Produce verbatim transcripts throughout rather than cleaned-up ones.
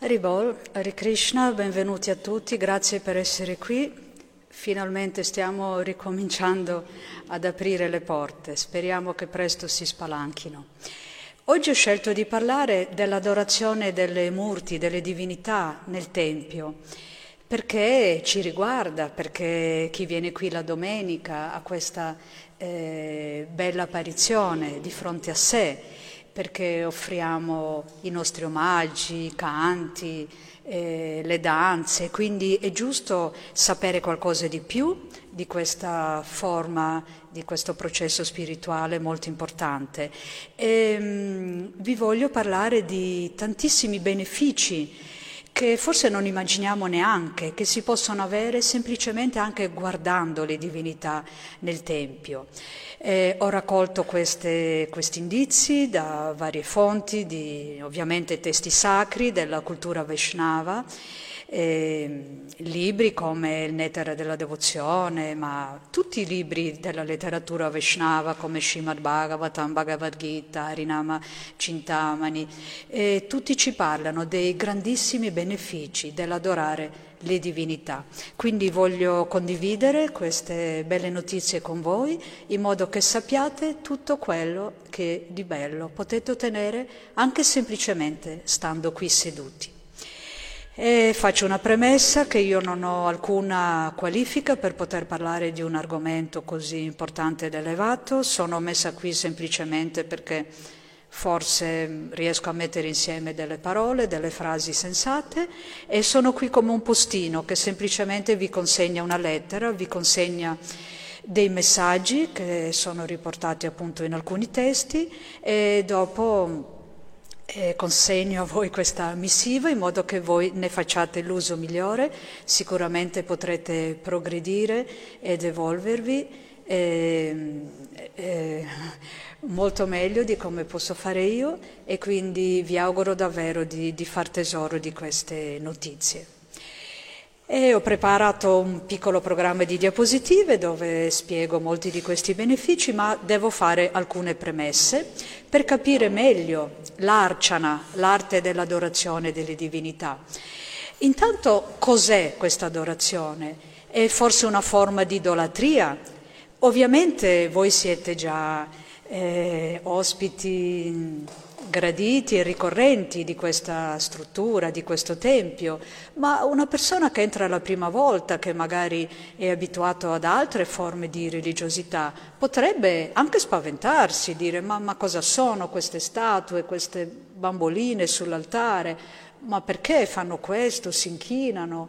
Haribol, Hare Krishna, benvenuti a tutti, grazie per essere qui. Finalmente stiamo ricominciando ad aprire le porte, speriamo che presto si spalanchino. Oggi ho scelto di parlare dell'adorazione delle murti, delle divinità nel Tempio, perché ci riguarda, perché chi viene qui la domenica ha questa eh, bella apparizione di fronte a sé, perché offriamo i nostri omaggi, i canti, eh, le danze, quindi è giusto sapere qualcosa di più di questa forma, di questo processo spirituale molto importante. E, mh, vi voglio parlare di tantissimi benefici che forse non immaginiamo neanche, che si possono avere semplicemente anche guardando le divinità nel Tempio. Eh, ho raccolto queste, questi indizi da varie fonti, di, ovviamente testi sacri della cultura Vaishnava, eh, libri come Il Nettare della Devozione, ma tutti i libri della letteratura Vaishnava come Srimad Bhagavatam, Bhagavad Gita, Harinama Chintamani, eh, tutti ci parlano dei grandissimi benefici dell'adorare le divinità. Quindi voglio condividere queste belle notizie con voi in modo che sappiate tutto quello che di bello potete ottenere anche semplicemente stando qui seduti. E faccio una premessa che io non ho alcuna qualifica per poter parlare di un argomento così importante ed elevato, sono messa qui semplicemente perché forse riesco a mettere insieme delle parole, delle frasi sensate e sono qui come un postino che semplicemente vi consegna una lettera, vi consegna dei messaggi che sono riportati appunto in alcuni testi e dopo eh, consegno a voi questa missiva in modo che voi ne facciate l'uso migliore, sicuramente potrete progredire ed evolvervi eh, eh, molto meglio di come posso fare io e quindi vi auguro davvero di, di far tesoro di queste notizie. E ho preparato un piccolo programma di diapositive dove spiego molti di questi benefici, ma devo fare alcune premesse per capire meglio l'archana, l'arte dell'adorazione delle divinità. Intanto, cos'è questa adorazione? È forse una forma di idolatria? Ovviamente voi siete già eh, ospiti graditi e ricorrenti di questa struttura, di questo tempio, ma una persona che entra la prima volta, che magari è abituato ad altre forme di religiosità, potrebbe anche spaventarsi, dire ma, ma cosa sono queste statue, queste bamboline sull'altare, ma perché fanno questo, si inchinano,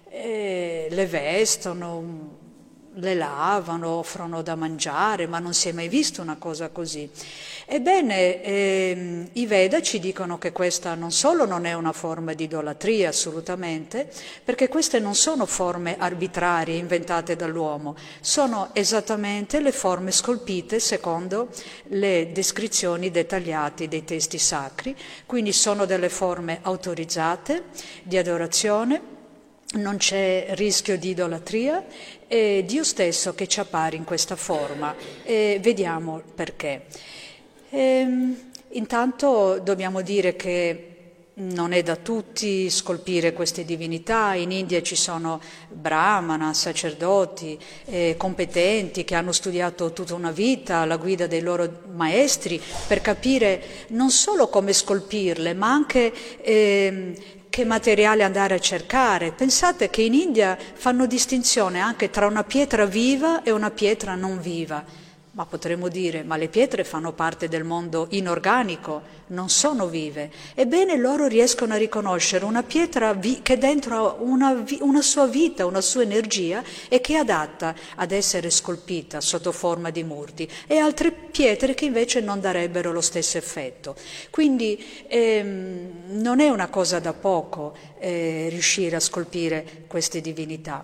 eh, le vestono, le lavano, offrono da mangiare, ma non si è mai visto una cosa così. Ebbene, ehm, i Veda ci dicono che questa non solo non è una forma di idolatria, assolutamente, perché queste non sono forme arbitrarie inventate dall'uomo, sono esattamente le forme scolpite secondo le descrizioni dettagliate dei testi sacri, quindi sono delle forme autorizzate di adorazione. Non c'è rischio di idolatria, è Dio stesso che ci appare in questa forma e vediamo perché. E, intanto dobbiamo dire che non è da tutti scolpire queste divinità, in India ci sono brahmana, sacerdoti eh, competenti che hanno studiato tutta una vita alla guida dei loro maestri per capire non solo come scolpirle ma anche eh, che materiale andare a cercare. Pensate che in India fanno distinzione anche tra una pietra viva e una pietra non viva. Ma potremmo dire, ma le pietre fanno parte del mondo inorganico, non sono vive. Ebbene, loro riescono a riconoscere una pietra vi- che dentro ha una, vi- una sua vita, una sua energia e che è adatta ad essere scolpita sotto forma di murti, e altre pietre che invece non darebbero lo stesso effetto. Quindi ehm, non è una cosa da poco eh, riuscire a scolpire queste divinità.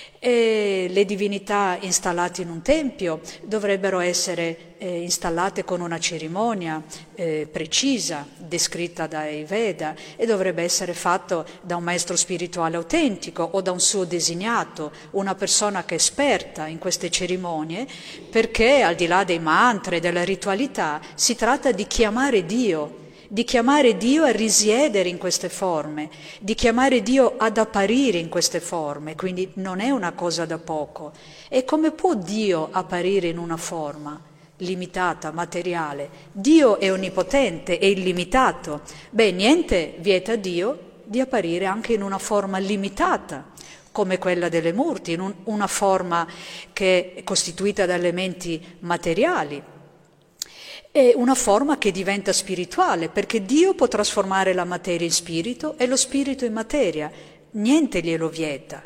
E le divinità installate in un tempio dovrebbero essere eh, installate con una cerimonia eh, precisa, descritta dai Veda, e dovrebbe essere fatto da un maestro spirituale autentico o da un suo designato, una persona che è esperta in queste cerimonie, perché al di là dei mantra e della ritualità si tratta di chiamare Dio di chiamare Dio a risiedere in queste forme, di chiamare Dio ad apparire in queste forme, quindi non è una cosa da poco. E come può Dio apparire in una forma limitata, materiale? Dio è onnipotente, è illimitato. Beh, niente vieta a Dio di apparire anche in una forma limitata, come quella delle murti, in un, una forma che è costituita da elementi materiali. È una forma che diventa spirituale, perché Dio può trasformare la materia in spirito e lo spirito in materia. Niente glielo vieta.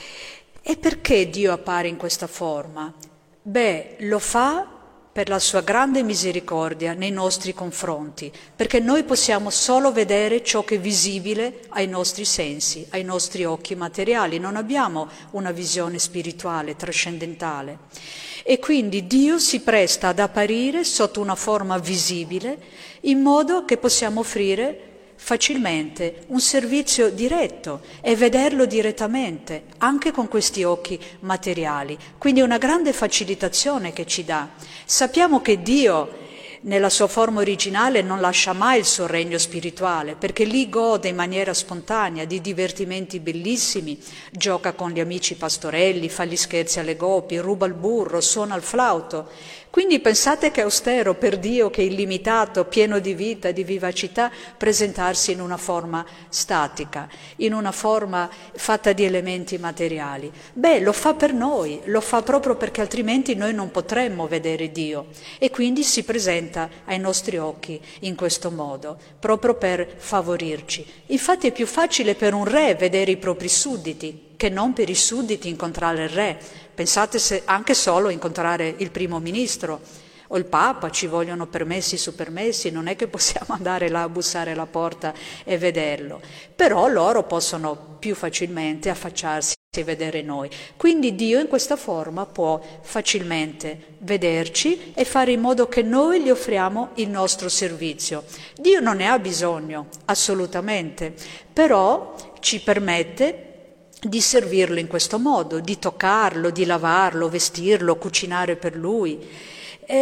E perché Dio appare in questa forma? Beh, lo fa per la sua grande misericordia nei nostri confronti, perché noi possiamo solo vedere ciò che è visibile ai nostri sensi, ai nostri occhi materiali, non abbiamo una visione spirituale, trascendentale. E quindi Dio si presta ad apparire sotto una forma visibile, in modo che possiamo offrire facilmente un servizio diretto e vederlo direttamente, anche con questi occhi materiali. Quindi è una grande facilitazione che ci dà. Sappiamo che Dio, nella sua forma originale, non lascia mai il suo regno spirituale, perché lì gode in maniera spontanea di divertimenti bellissimi, gioca con gli amici pastorelli, fa gli scherzi alle gopi, ruba il burro, suona il flauto. Quindi pensate che è austero per Dio, che è illimitato, pieno di vita, di vivacità, presentarsi in una forma statica, in una forma fatta di elementi materiali. Beh, lo fa per noi, lo fa proprio perché altrimenti noi non potremmo vedere Dio, e quindi si presenta ai nostri occhi in questo modo, proprio per favorirci. Infatti è più facile per un re vedere i propri sudditi che non per i sudditi incontrare il re. Pensate se anche solo incontrare il primo ministro o il Papa, ci vogliono permessi su permessi, non è che possiamo andare là a bussare alla porta e vederlo. Però loro possono più facilmente affacciarsi e vedere noi. Quindi Dio in questa forma può facilmente vederci e fare in modo che noi gli offriamo il nostro servizio. Dio non ne ha bisogno, assolutamente, però ci permette di servirlo in questo modo, di toccarlo, di lavarlo, vestirlo, cucinare per lui. E,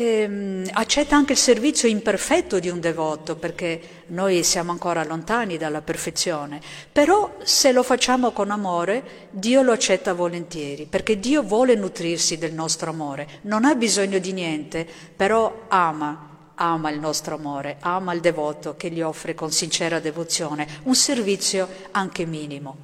e, accetta anche il servizio imperfetto di un devoto, perché noi siamo ancora lontani dalla perfezione, però se lo facciamo con amore Dio lo accetta volentieri, perché Dio vuole nutrirsi del nostro amore, non ha bisogno di niente, però ama ama il nostro amore, ama il devoto che gli offre con sincera devozione un servizio anche minimo.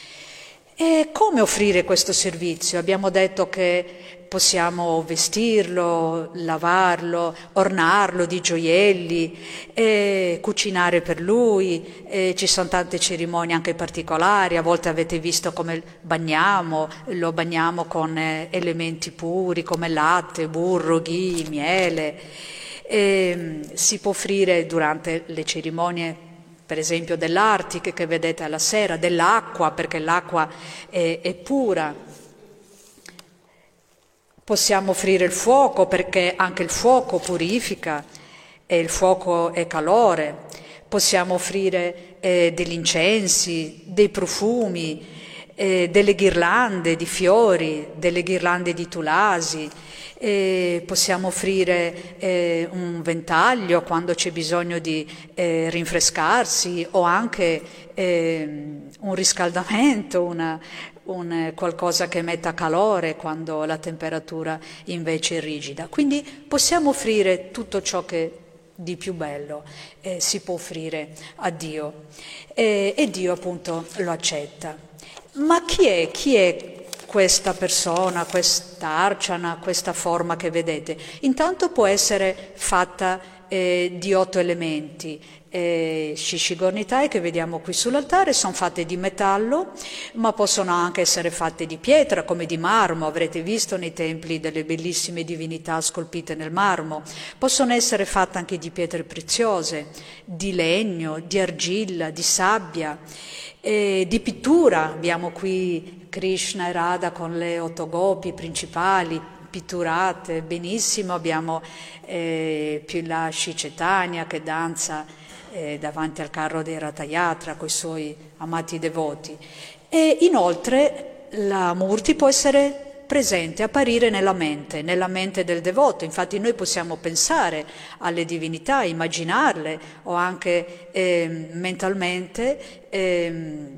E come offrire questo servizio? Abbiamo detto che possiamo vestirlo, lavarlo, ornarlo di gioielli, e cucinare per lui, e ci sono tante cerimonie anche particolari, a volte avete visto come bagniamo, lo bagniamo con elementi puri come latte, burro, ghi, miele. E si può offrire durante le cerimonie, per esempio dell'Artic che vedete alla sera, dell'acqua, perché l'acqua è, è pura. Possiamo offrire il fuoco, perché anche il fuoco purifica e il fuoco è calore. Possiamo offrire eh, degli incensi, dei profumi, eh, delle ghirlande di fiori, delle ghirlande di tulasi. E possiamo offrire eh, un ventaglio quando c'è bisogno di eh, rinfrescarsi, o anche eh, un riscaldamento, una, un, qualcosa che metta calore quando la temperatura invece è rigida. Quindi possiamo offrire tutto ciò che di più bello eh, si può offrire a Dio, e, e Dio appunto lo accetta. Ma chi è? Chi è questa persona, questa arciana, questa forma che vedete? Intanto può essere fatta eh, di otto elementi. Eh, Shishigornitai che vediamo qui sull'altare sono fatte di metallo, ma possono anche essere fatte di pietra, come di marmo. Avrete visto nei templi delle bellissime divinità scolpite nel marmo. Possono essere fatte anche di pietre preziose, di legno, di argilla, di sabbia, eh, di pittura. Abbiamo qui Krishna e Radha con le otto gopi principali pitturate benissimo. Abbiamo eh, più in là Shri Chaitanya che danza eh, davanti al carro dei Ratayatra con i suoi amati devoti. E inoltre la Murti può essere presente, apparire nella mente, nella mente del devoto. Infatti noi possiamo pensare alle divinità, immaginarle o anche eh, mentalmente eh,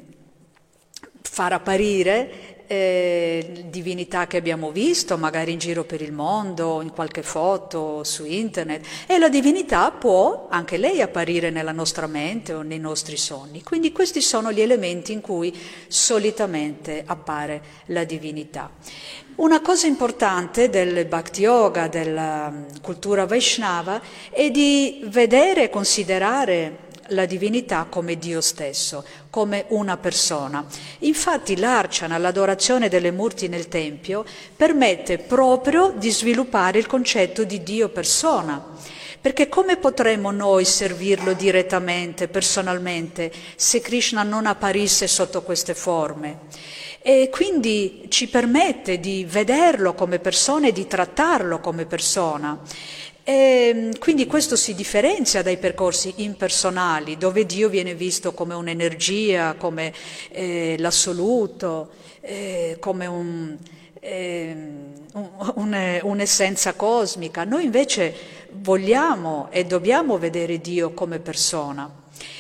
far apparire Eh, divinità che abbiamo visto magari in giro per il mondo, in qualche foto su internet, e la divinità può anche lei apparire nella nostra mente o nei nostri sogni. Quindi questi sono gli elementi in cui solitamente appare la divinità. Una cosa importante del Bhakti Yoga, della cultura Vaishnava, è di vedere e considerare la divinità come Dio stesso, come una persona. Infatti l'archana, l'adorazione delle murti nel Tempio, permette proprio di sviluppare il concetto di Dio persona. Perché come potremmo noi servirlo direttamente, personalmente, se Krishna non apparisse sotto queste forme? E quindi ci permette di vederlo come persona e di trattarlo come persona. E quindi questo si differenzia dai percorsi impersonali, dove Dio viene visto come un'energia, come eh, l'assoluto, eh, come un, eh, un, un'essenza cosmica. Noi invece vogliamo e dobbiamo vedere Dio come persona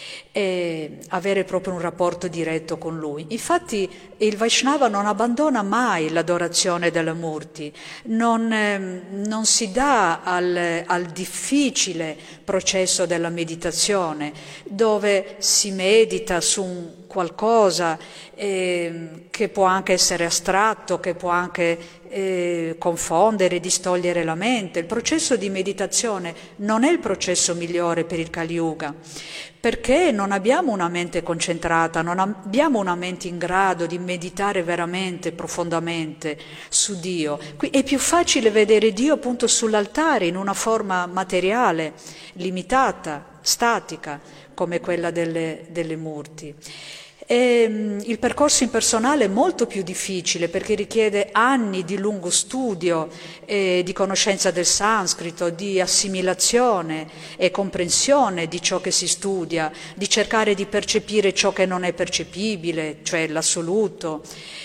e avere proprio un rapporto diretto con Lui. Infatti il Vaishnava non abbandona mai l'adorazione della Murti, non, eh, non si dà al, al difficile processo della meditazione, dove si medita su un qualcosa eh, che può anche essere astratto, che può anche eh, confondere, distogliere la mente. Il processo di meditazione non è il processo migliore per il Kali Yuga, perché non abbiamo una mente concentrata, non abbiamo una mente in grado di meditare veramente, profondamente su Dio. È più facile vedere Dio appunto sull'altare, in una forma materiale, limitata, statica, come quella delle, delle Murti. E, il percorso impersonale è molto più difficile perché richiede anni di lungo studio, eh, di conoscenza del sanscrito, di assimilazione e comprensione di ciò che si studia, di cercare di percepire ciò che non è percepibile, cioè l'assoluto.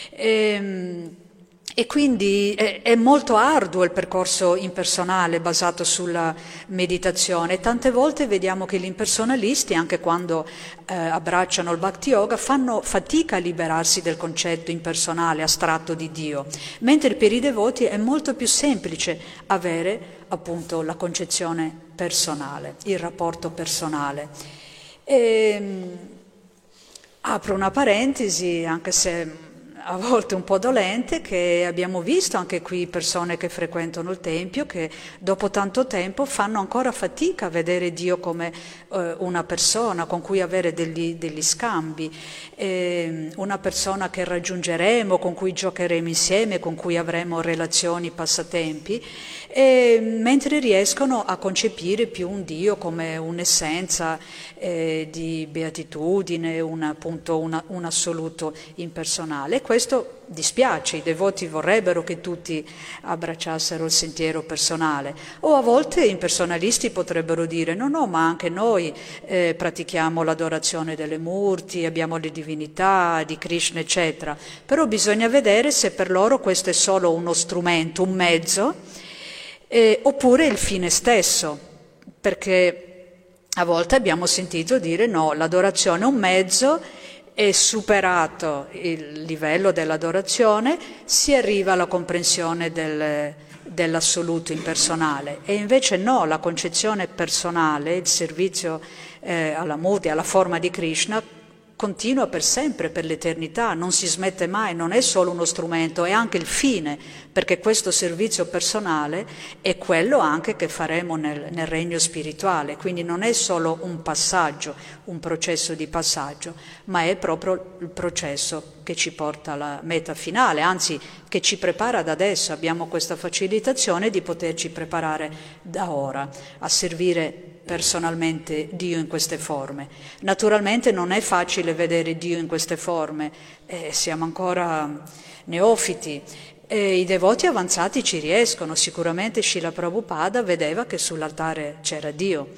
E, E quindi è, è molto arduo il percorso impersonale basato sulla meditazione. Tante volte vediamo che gli impersonalisti, anche quando eh, abbracciano il Bhakti Yoga, fanno fatica a liberarsi del concetto impersonale, astratto di Dio, mentre per i devoti è molto più semplice avere appunto la concezione personale, il rapporto personale. E, apro una parentesi, anche se a volte un po' dolente, che abbiamo visto anche qui persone che frequentano il Tempio che dopo tanto tempo fanno ancora fatica a vedere Dio come eh, una persona con cui avere degli, degli scambi, eh, una persona che raggiungeremo, con cui giocheremo insieme, con cui avremo relazioni, passatempi, e, mentre riescono a concepire più un Dio come un'essenza eh, di beatitudine, un, appunto una, un assoluto impersonale. Questo dispiace, i devoti vorrebbero che tutti abbracciassero il sentiero personale, o a volte i impersonalisti potrebbero dire no, no, ma anche noi eh, pratichiamo l'adorazione delle Murti, abbiamo le divinità di Krishna, eccetera, però bisogna vedere se per loro questo è solo uno strumento, un mezzo, eh, oppure il fine stesso, perché a volte abbiamo sentito dire no, l'adorazione è un mezzo, è superato il livello dell'adorazione, si arriva alla comprensione del, dell'assoluto impersonale. E invece no, la concezione personale, il servizio eh, alla Murti, alla forma di Krishna, continua per sempre, per l'eternità, non si smette mai, non è solo uno strumento, è anche il fine, perché questo servizio personale è quello anche che faremo nel, nel regno spirituale, quindi non è solo un passaggio, un processo di passaggio, ma è proprio il processo che ci porta alla meta finale, anzi che ci prepara da adesso. Abbiamo questa facilitazione di poterci preparare da ora a servire personalmente Dio in queste forme. Naturalmente non è facile vedere Dio in queste forme, eh, siamo ancora neofiti, e i devoti avanzati ci riescono. Sicuramente Srila Prabhupada vedeva che sull'altare c'era Dio,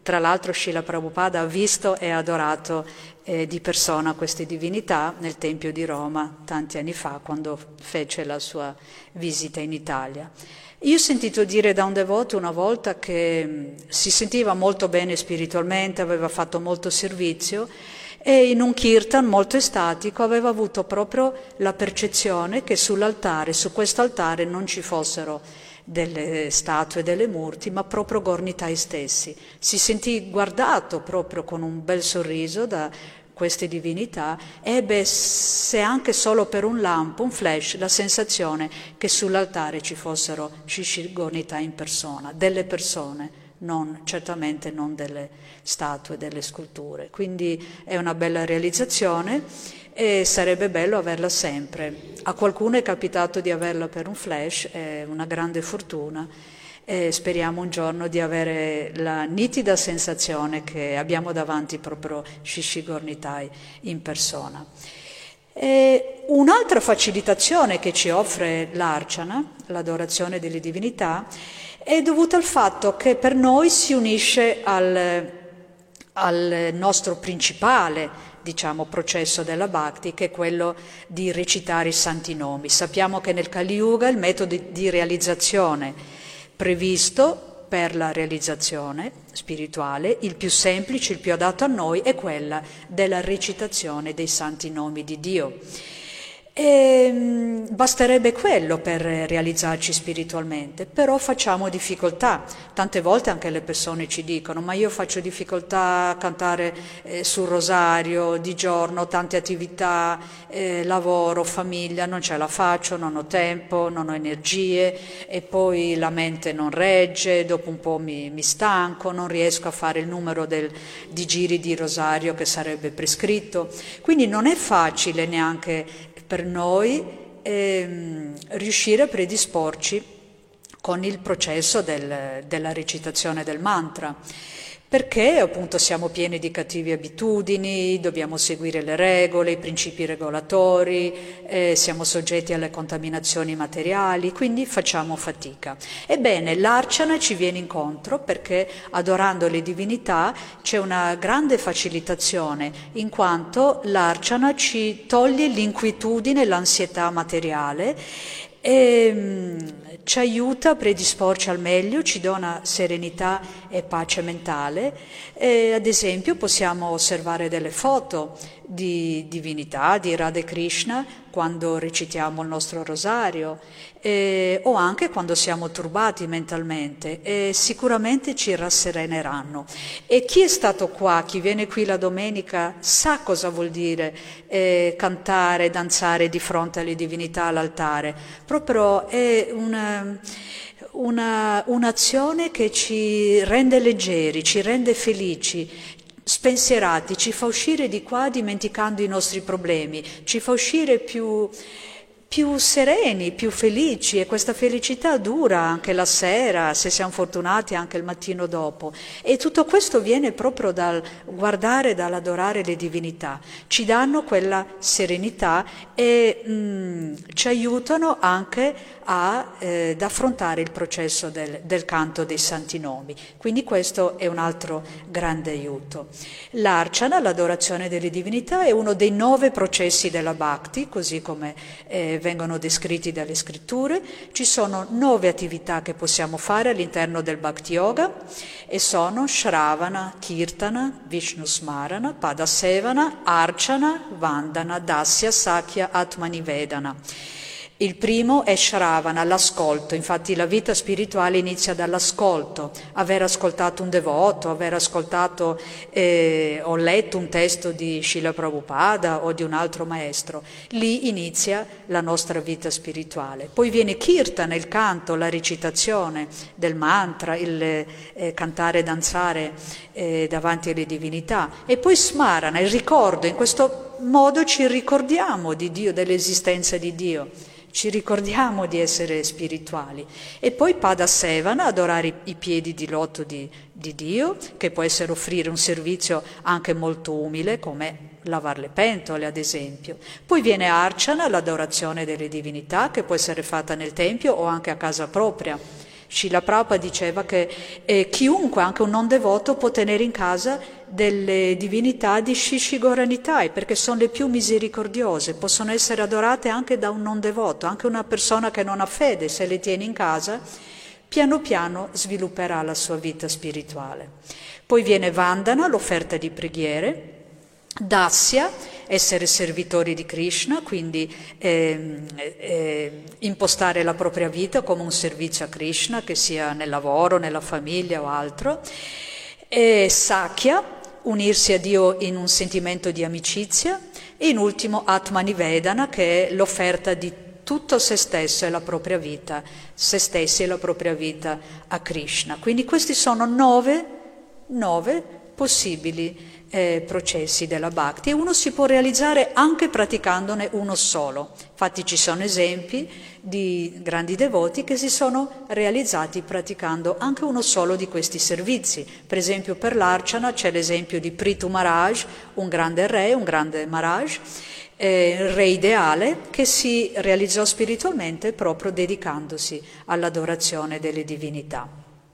Tra l'altro Srila Prabhupada ha visto e adorato eh, di persona queste divinità nel Tempio di Roma tanti anni fa, quando fece la sua visita in Italia. Io ho sentito dire da un devoto una volta che mh, si sentiva molto bene spiritualmente, aveva fatto molto servizio e in un kirtan molto estatico aveva avuto proprio la percezione che sull'altare, su questo altare non ci fossero delle statue, delle murti, ma proprio Gornitai stessi. Si sentì guardato proprio con un bel sorriso da queste divinità, ebbe, se anche solo per un lampo, un flash, la sensazione che sull'altare ci fossero Shri Gornitai in persona, delle persone, non, certamente non delle statue, delle sculture. Quindi è una bella realizzazione e sarebbe bello averla sempre. A qualcuno è capitato di averla per un flash, è una grande fortuna e speriamo un giorno di avere la nitida sensazione che abbiamo davanti proprio Shri Gornitai in persona. E un'altra facilitazione che ci offre l'Archana, l'adorazione delle divinità, è dovuta al fatto che per noi si unisce al, al nostro principale, diciamo, processo della Bhakti, che è quello di recitare i santi nomi. Sappiamo che nel Kali Yuga il metodo di realizzazione previsto per la realizzazione spirituale, il più semplice, il più adatto a noi, è quella della recitazione dei santi nomi di Dio. E basterebbe quello per realizzarci spiritualmente, però facciamo difficoltà. Tante volte anche le persone ci dicono: ma io faccio difficoltà a cantare eh, sul rosario di giorno, tante attività, eh, lavoro, famiglia, non ce la faccio, non ho tempo, non ho energie, e poi la mente non regge, dopo un po' mi, mi stanco, non riesco a fare il numero del, di giri di rosario che sarebbe prescritto. Quindi non è facile neanche per noi ehm, riuscire a predisporci con il processo del, della recitazione del mantra, perché appunto siamo pieni di cattive abitudini, dobbiamo seguire le regole, i principi regolatori, eh, siamo soggetti alle contaminazioni materiali, quindi facciamo fatica. Ebbene, l'Archana ci viene incontro perché adorando le divinità c'è una grande facilitazione, in quanto l'Archana ci toglie l'inquietudine, l'ansietà materiale e mh, ci aiuta a predisporci al meglio, ci dona serenità e pace mentale. E, ad esempio, possiamo osservare delle foto di divinità, di Radha e Krishna, quando recitiamo il nostro rosario, eh, o anche quando siamo turbati mentalmente, e sicuramente ci rassereneranno. E chi è stato qua, chi viene qui la domenica, sa cosa vuol dire eh, cantare, danzare di fronte alle divinità all'altare. Proprio è una, una, un'azione che ci rende leggeri, ci rende felici, spensierati, ci fa uscire di qua dimenticando i nostri problemi, ci fa uscire più, più sereni, più felici, e questa felicità dura anche la sera, se siamo fortunati anche il mattino dopo. E tutto questo viene proprio dal guardare, dall'adorare le divinità, ci danno quella serenità e mh, ci aiutano anche a, eh, ad affrontare il processo del, del canto dei santi nomi. Quindi questo è un altro grande aiuto. L'Archana, l'adorazione delle divinità, è uno dei nove processi della Bhakti, così come eh, vengono descritti dalle scritture. Ci sono nove attività che possiamo fare all'interno del Bhakti Yoga e sono Shravana, Kirtana, Vishnu Smarana, Padasevana, Archana, Vandana, Dasya, Sakya, Atmanivedana. Il primo è Shravana, l'ascolto. Infatti la vita spirituale inizia dall'ascolto, aver ascoltato un devoto, aver ascoltato eh, o letto un testo di Srila Prabhupada o di un altro maestro. Lì inizia la nostra vita spirituale. Poi viene Kirtana, il canto, la recitazione del mantra, il eh, cantare e danzare eh, davanti alle divinità. E poi Smarana, il ricordo. In questo modo ci ricordiamo di Dio, dell'esistenza di Dio. Ci ricordiamo di essere spirituali. E poi Padasevana, adorare i, i piedi di loto di, di Dio, che può essere offrire un servizio anche molto umile, come lavare le pentole, ad esempio. Poi viene Archana, l'adorazione delle divinità, che può essere fatta nel tempio o anche a casa propria. Srila Prabhupada diceva che eh, chiunque, anche un non devoto, può tenere in casa delle divinità di Shishigoranitai, perché sono le più misericordiose, possono essere adorate anche da un non devoto, anche una persona che non ha fede, se le tiene in casa, piano piano svilupperà la sua vita spirituale. Poi viene Vandana, l'offerta di preghiere, Dasya, essere servitori di Krishna, quindi eh, eh, impostare la propria vita come un servizio a Krishna, che sia nel lavoro, nella famiglia o altro. E Sakya, unirsi a Dio in un sentimento di amicizia. E in ultimo Atmanivedana, che è l'offerta di tutto se stesso e la propria vita, se stessi e la propria vita a Krishna. Quindi questi sono nove, nove possibili Eh, processi della Bhakti, e uno si può realizzare anche praticandone uno solo. Infatti ci sono esempi di grandi devoti che si sono realizzati praticando anche uno solo di questi servizi. Per esempio per l'Archana c'è l'esempio di Prithu Maharaj, un grande re, un grande Maharaj, eh, re ideale, che si realizzò spiritualmente proprio dedicandosi all'adorazione delle divinità.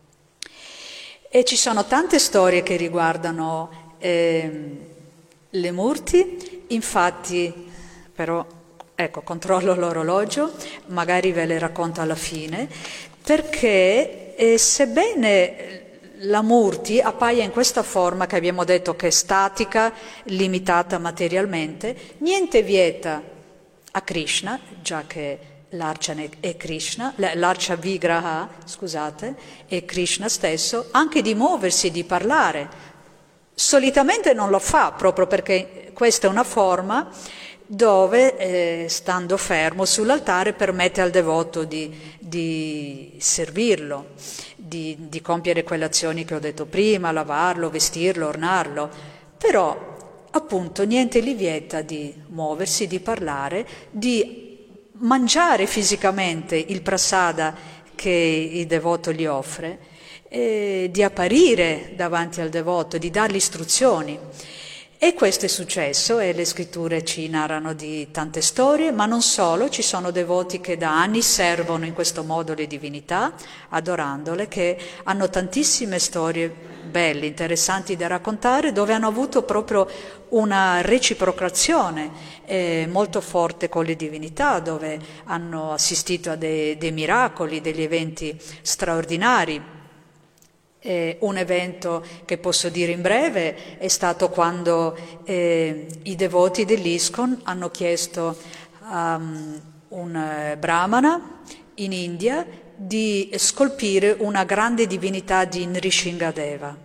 E ci sono tante storie che riguardano Eh, le Murti, infatti, però, ecco, controllo l'orologio, magari ve le racconto alla fine, perché eh, sebbene la Murti appaia in questa forma che abbiamo detto che è statica, limitata materialmente, niente vieta a Krishna, già che l'Archana è Krishna, l'Archa Vigraha, scusate, è Krishna stesso, anche di muoversi, di parlare. Solitamente non lo fa, proprio perché questa è una forma dove, eh, stando fermo sull'altare, permette al devoto di, di servirlo, di, di compiere quelle azioni che ho detto prima, lavarlo, vestirlo, ornarlo. Però, appunto, niente li vieta di muoversi, di parlare, di mangiare fisicamente il prasada che il devoto gli offre, Eh, di apparire davanti al devoto, di dargli istruzioni. E questo è successo, e le scritture ci narrano di tante storie, ma non solo, ci sono devoti che da anni servono in questo modo le divinità, adorandole, che hanno tantissime storie belle, interessanti da raccontare, dove hanno avuto proprio una reciprocazione eh, molto forte con le divinità, dove hanno assistito a dei, dei miracoli, degli eventi straordinari. Eh, un evento che posso dire in breve è stato quando eh, i devoti dell'ISKCON hanno chiesto a um, un eh, brahmana in India di scolpire una grande divinità di Nrishingadeva.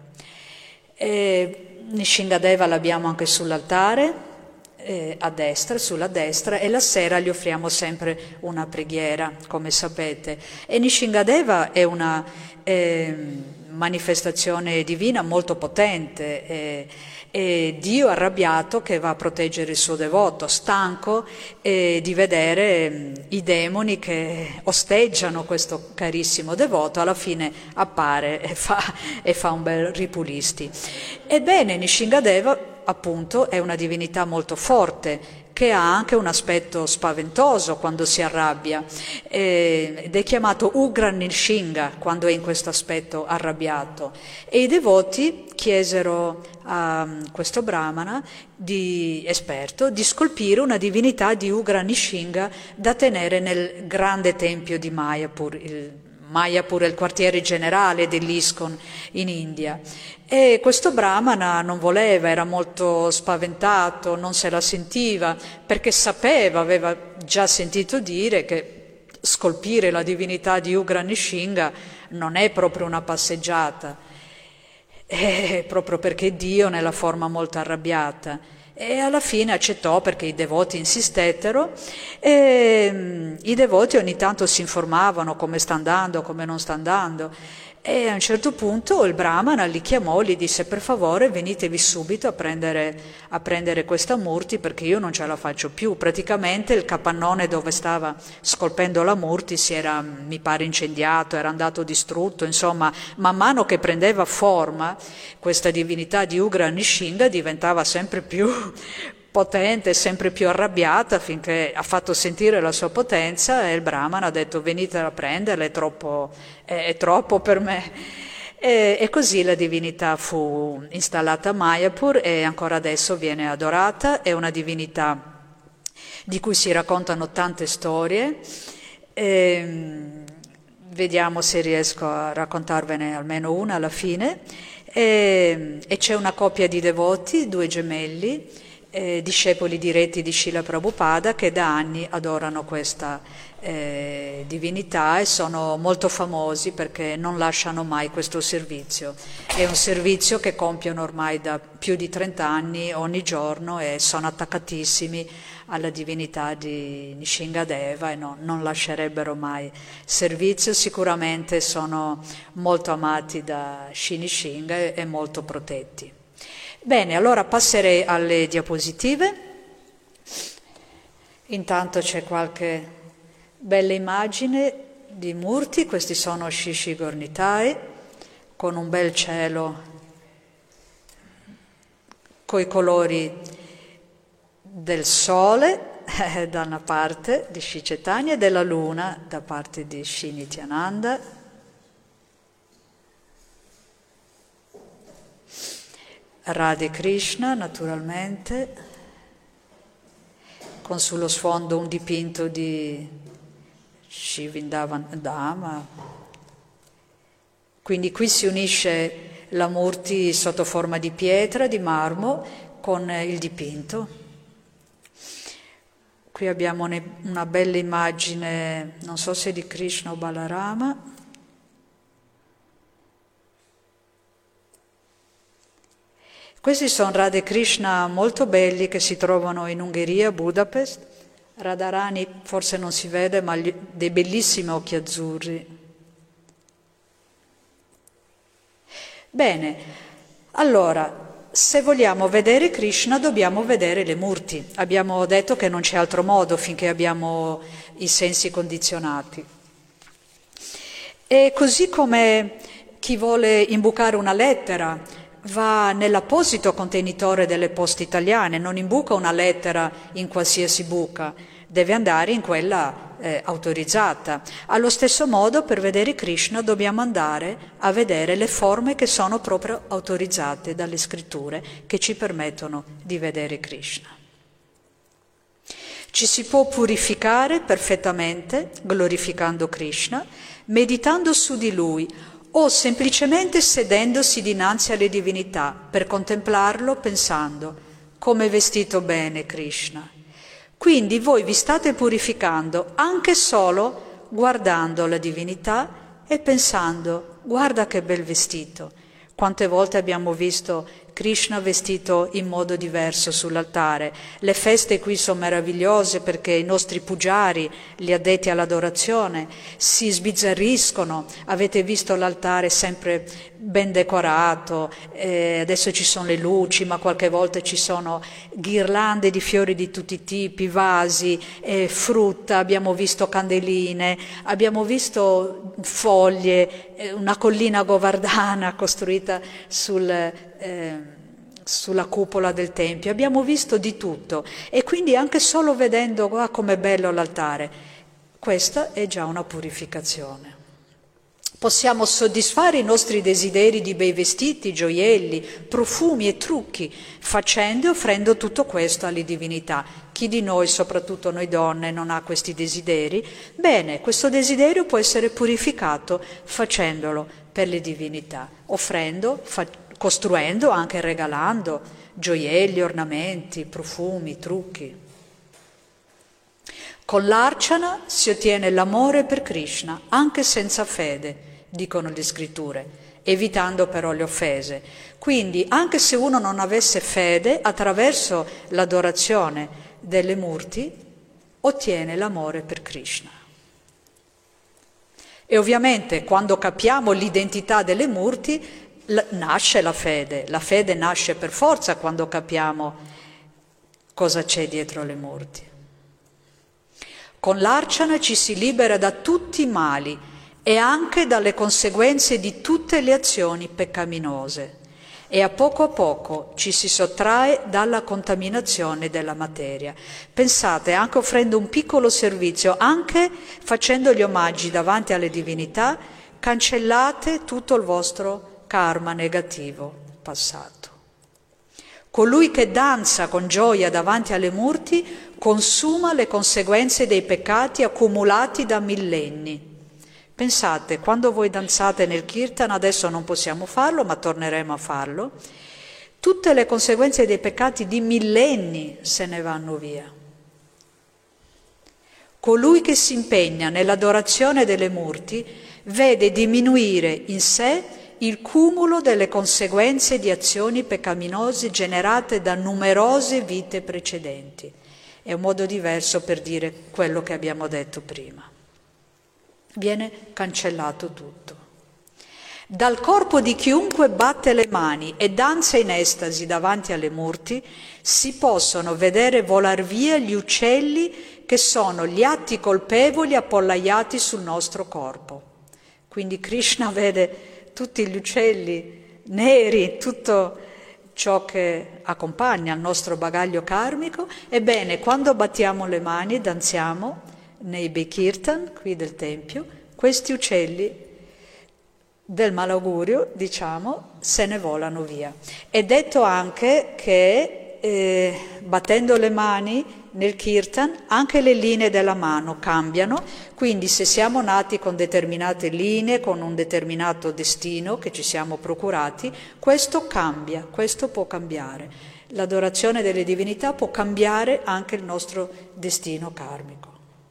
Eh, Nrishingadeva l'abbiamo anche sull'altare, eh, a destra, sulla destra, e la sera gli offriamo sempre una preghiera, come sapete. E Nrishingadeva è una eh, manifestazione divina molto potente, e, e Dio arrabbiato che va a proteggere il suo devoto, stanco eh, di vedere mh, i demoni che osteggiano questo carissimo devoto, alla fine appare e fa, e fa un bel ripulisti. Ebbene, Nrishingadeva appunto è una divinità molto forte, che ha anche un aspetto spaventoso quando si arrabbia, eh, ed è chiamato Ugra Nrishinga quando è in questo aspetto arrabbiato. E i devoti chiesero a questo brahmana di, esperto di scolpire una divinità di Ugra Nrishinga da tenere nel grande tempio di Mayapur. Il Mayapur è il quartiere generale dell'ISKCON in India. E questo brahmana non voleva, era molto spaventato, non se la sentiva, perché sapeva, aveva già sentito dire che scolpire la divinità di Ugra Nrishinga non è proprio una passeggiata, è proprio perché Dio nella forma molto arrabbiata. E alla fine accettò perché i devoti insistettero, e i devoti ogni tanto si informavano come sta andando, come non sta andando. E a un certo punto il brahmana li chiamò, gli disse: per favore venitevi subito a prendere, a prendere questa murti, perché io non ce la faccio più. Praticamente il capannone dove stava scolpendo la murti si era, mi pare, incendiato, era andato distrutto, insomma, man mano che prendeva forma questa divinità di Ugra Nrishinga diventava sempre più potente, sempre più arrabbiata, finché ha fatto sentire la sua potenza, e il Brahmana ha detto: venite a prenderla, è troppo, è, è troppo per me. E, e così la divinità fu installata a Mayapur e ancora adesso viene adorata. È una divinità di cui si raccontano tante storie. E, vediamo se riesco a raccontarvene almeno una alla fine. E, e c'è una coppia di devoti, due gemelli, eh, discepoli diretti di Srila Prabhupada, che da anni adorano questa eh, divinità e sono molto famosi perché non lasciano mai questo servizio. È un servizio che compiono ormai da più di trenta anni ogni giorno e sono attaccatissimi alla divinità di Nishingadeva e no, non lascerebbero mai servizio. Sicuramente sono molto amati da Shri Nishinga e, e molto protetti. Bene, allora passerei alle diapositive. Intanto c'è qualche bella immagine di Murti. Questi sono Shishi Gornitai con un bel cielo coi colori del sole eh, da una parte di Shri Chaitanya e della luna da parte di Shri Nityananda. Radhe Krishna naturalmente, con sullo sfondo un dipinto di Shri Vrindavan Dhama. Quindi qui si unisce la Murti sotto forma di pietra, di marmo, con il dipinto. Qui abbiamo una bella immagine, non so se di Krishna o Balarama. Questi sono Radhe Krishna molto belli che si trovano in Ungheria, Budapest. Radharani forse non si vede, ma gli, dei bellissimi occhi azzurri. Bene, allora, se vogliamo vedere Krishna dobbiamo vedere le Murti. Abbiamo detto che non c'è altro modo finché abbiamo i sensi condizionati. E così come chi vuole imbucare una lettera va nell'apposito contenitore delle poste italiane, non imbuca una lettera in qualsiasi buca, deve andare in quella eh, autorizzata. Allo stesso modo, per vedere Krishna dobbiamo andare a vedere le forme che sono proprio autorizzate dalle scritture, che ci permettono di vedere Krishna. Ci si può purificare perfettamente, glorificando Krishna, meditando su di Lui, o semplicemente sedendosi dinanzi alle divinità per contemplarlo pensando: come è vestito bene Krishna. Quindi voi vi state purificando anche solo guardando la divinità e pensando: guarda che bel vestito. Quante volte abbiamo visto Krishna vestito in modo diverso sull'altare. Le feste qui sono meravigliose perché i nostri pugiari, gli addetti all'adorazione, si sbizzarriscono. Avete visto l'altare sempre ben decorato, eh, adesso ci sono le luci, ma qualche volta ci sono ghirlande di fiori di tutti i tipi, vasi, eh, frutta, abbiamo visto candeline, abbiamo visto foglie, eh, una collina govardhana costruita sul... Eh, sulla cupola del Tempio, abbiamo visto di tutto e quindi anche solo vedendo ah, com'è bello l'altare, questa è già una purificazione. Possiamo soddisfare i nostri desideri di bei vestiti, gioielli, profumi e trucchi, facendo e offrendo tutto questo alle divinità. Chi di noi, soprattutto noi donne, non ha questi desideri? Bene, questo desiderio può essere purificato facendolo per le divinità, offrendo, fa- costruendo, anche regalando gioielli, ornamenti, profumi, trucchi. Con l'archana si ottiene l'amore per Krishna, anche senza fede, dicono le scritture, evitando però le offese. Quindi, anche se uno non avesse fede, attraverso l'adorazione delle Murti, ottiene l'amore per Krishna. E ovviamente, quando capiamo l'identità delle Murti, nasce la fede. La fede nasce per forza quando capiamo cosa c'è dietro le Murti. Con l'archana ci si libera da tutti i mali e anche dalle conseguenze di tutte le azioni peccaminose. e a poco a poco ci si sottrae dalla contaminazione della materia. Pensate, anche offrendo un piccolo servizio, anche facendo gli omaggi davanti alle divinità, cancellate tutto il vostro karma negativo passato. Colui che danza con gioia davanti alle murti consuma le conseguenze dei peccati accumulati da millenni. Pensate, quando voi danzate nel Kirtan, adesso non possiamo farlo, ma torneremo a farlo, tutte le conseguenze dei peccati di millenni se ne vanno via. Colui che si impegna nell'adorazione delle murti vede diminuire in sé il cumulo delle conseguenze di azioni peccaminose generate da numerose vite precedenti. È un modo diverso per dire quello che abbiamo detto prima. Viene cancellato tutto. Dal corpo di chiunque batte le mani e danza in estasi davanti alle murti si possono vedere volar via gli uccelli che sono gli atti colpevoli appollaiati sul nostro corpo. Quindi Krishna vede tutti gli uccelli neri, tutto ciò che accompagna il nostro bagaglio karmico. Ebbene, quando battiamo le mani e danziamo nei bei kirtan qui del Tempio, questi uccelli del malaugurio, diciamo, se ne volano via. È detto anche che eh, battendo le mani nel kirtan anche le linee della mano cambiano, quindi se siamo nati con determinate linee, con un determinato destino che ci siamo procurati, questo cambia, questo può cambiare. L'adorazione delle divinità può cambiare anche il nostro destino karmico.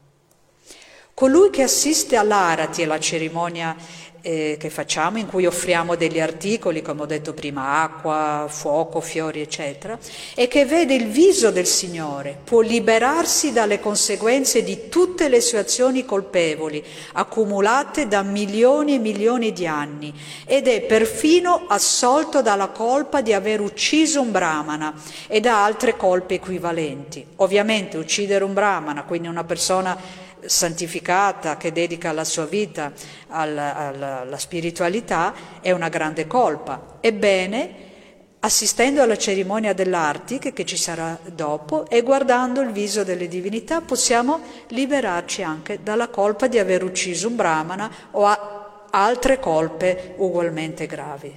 Colui che assiste all'arati, alla cerimonia eh, che facciamo, in cui offriamo degli articoli, come ho detto prima, acqua, fuoco, fiori, eccetera, e che vede il viso del Signore, può liberarsi dalle conseguenze di tutte le sue azioni colpevoli, accumulate da milioni e milioni di anni, ed è perfino assolto dalla colpa di aver ucciso un brahmana e da altre colpe equivalenti. Ovviamente uccidere un brahmana, quindi una persona santificata che dedica la sua vita alla, alla, alla spiritualità, è una grande colpa. Ebbene, assistendo alla cerimonia dell'Arti che, che ci sarà dopo e guardando il viso delle divinità possiamo liberarci anche dalla colpa di aver ucciso un brahmana o a altre colpe ugualmente gravi.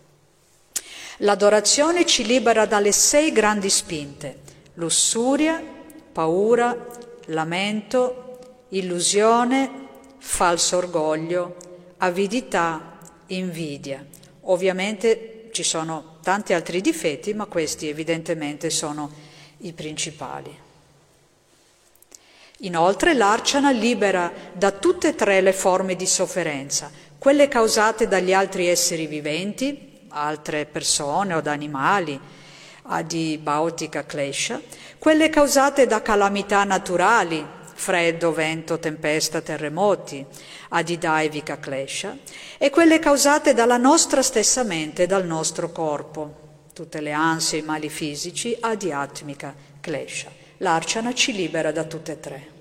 L'adorazione ci libera dalle sei grandi spinte: lussuria, paura, lamento, illusione, falso orgoglio, avidità, invidia. Ovviamente ci sono tanti altri difetti, ma questi evidentemente sono i principali. Inoltre l'archana libera da tutte e tre le forme di sofferenza, quelle causate dagli altri esseri viventi, altre persone o da animali, adi bhautika klesha, quelle causate da calamità naturali, freddo, vento, tempesta, terremoti, adidaivika klesha, e quelle causate dalla nostra stessa mente e dal nostro corpo, tutte le ansie e i mali fisici, adhyatmika klesha. L'archana ci libera da tutte e tre.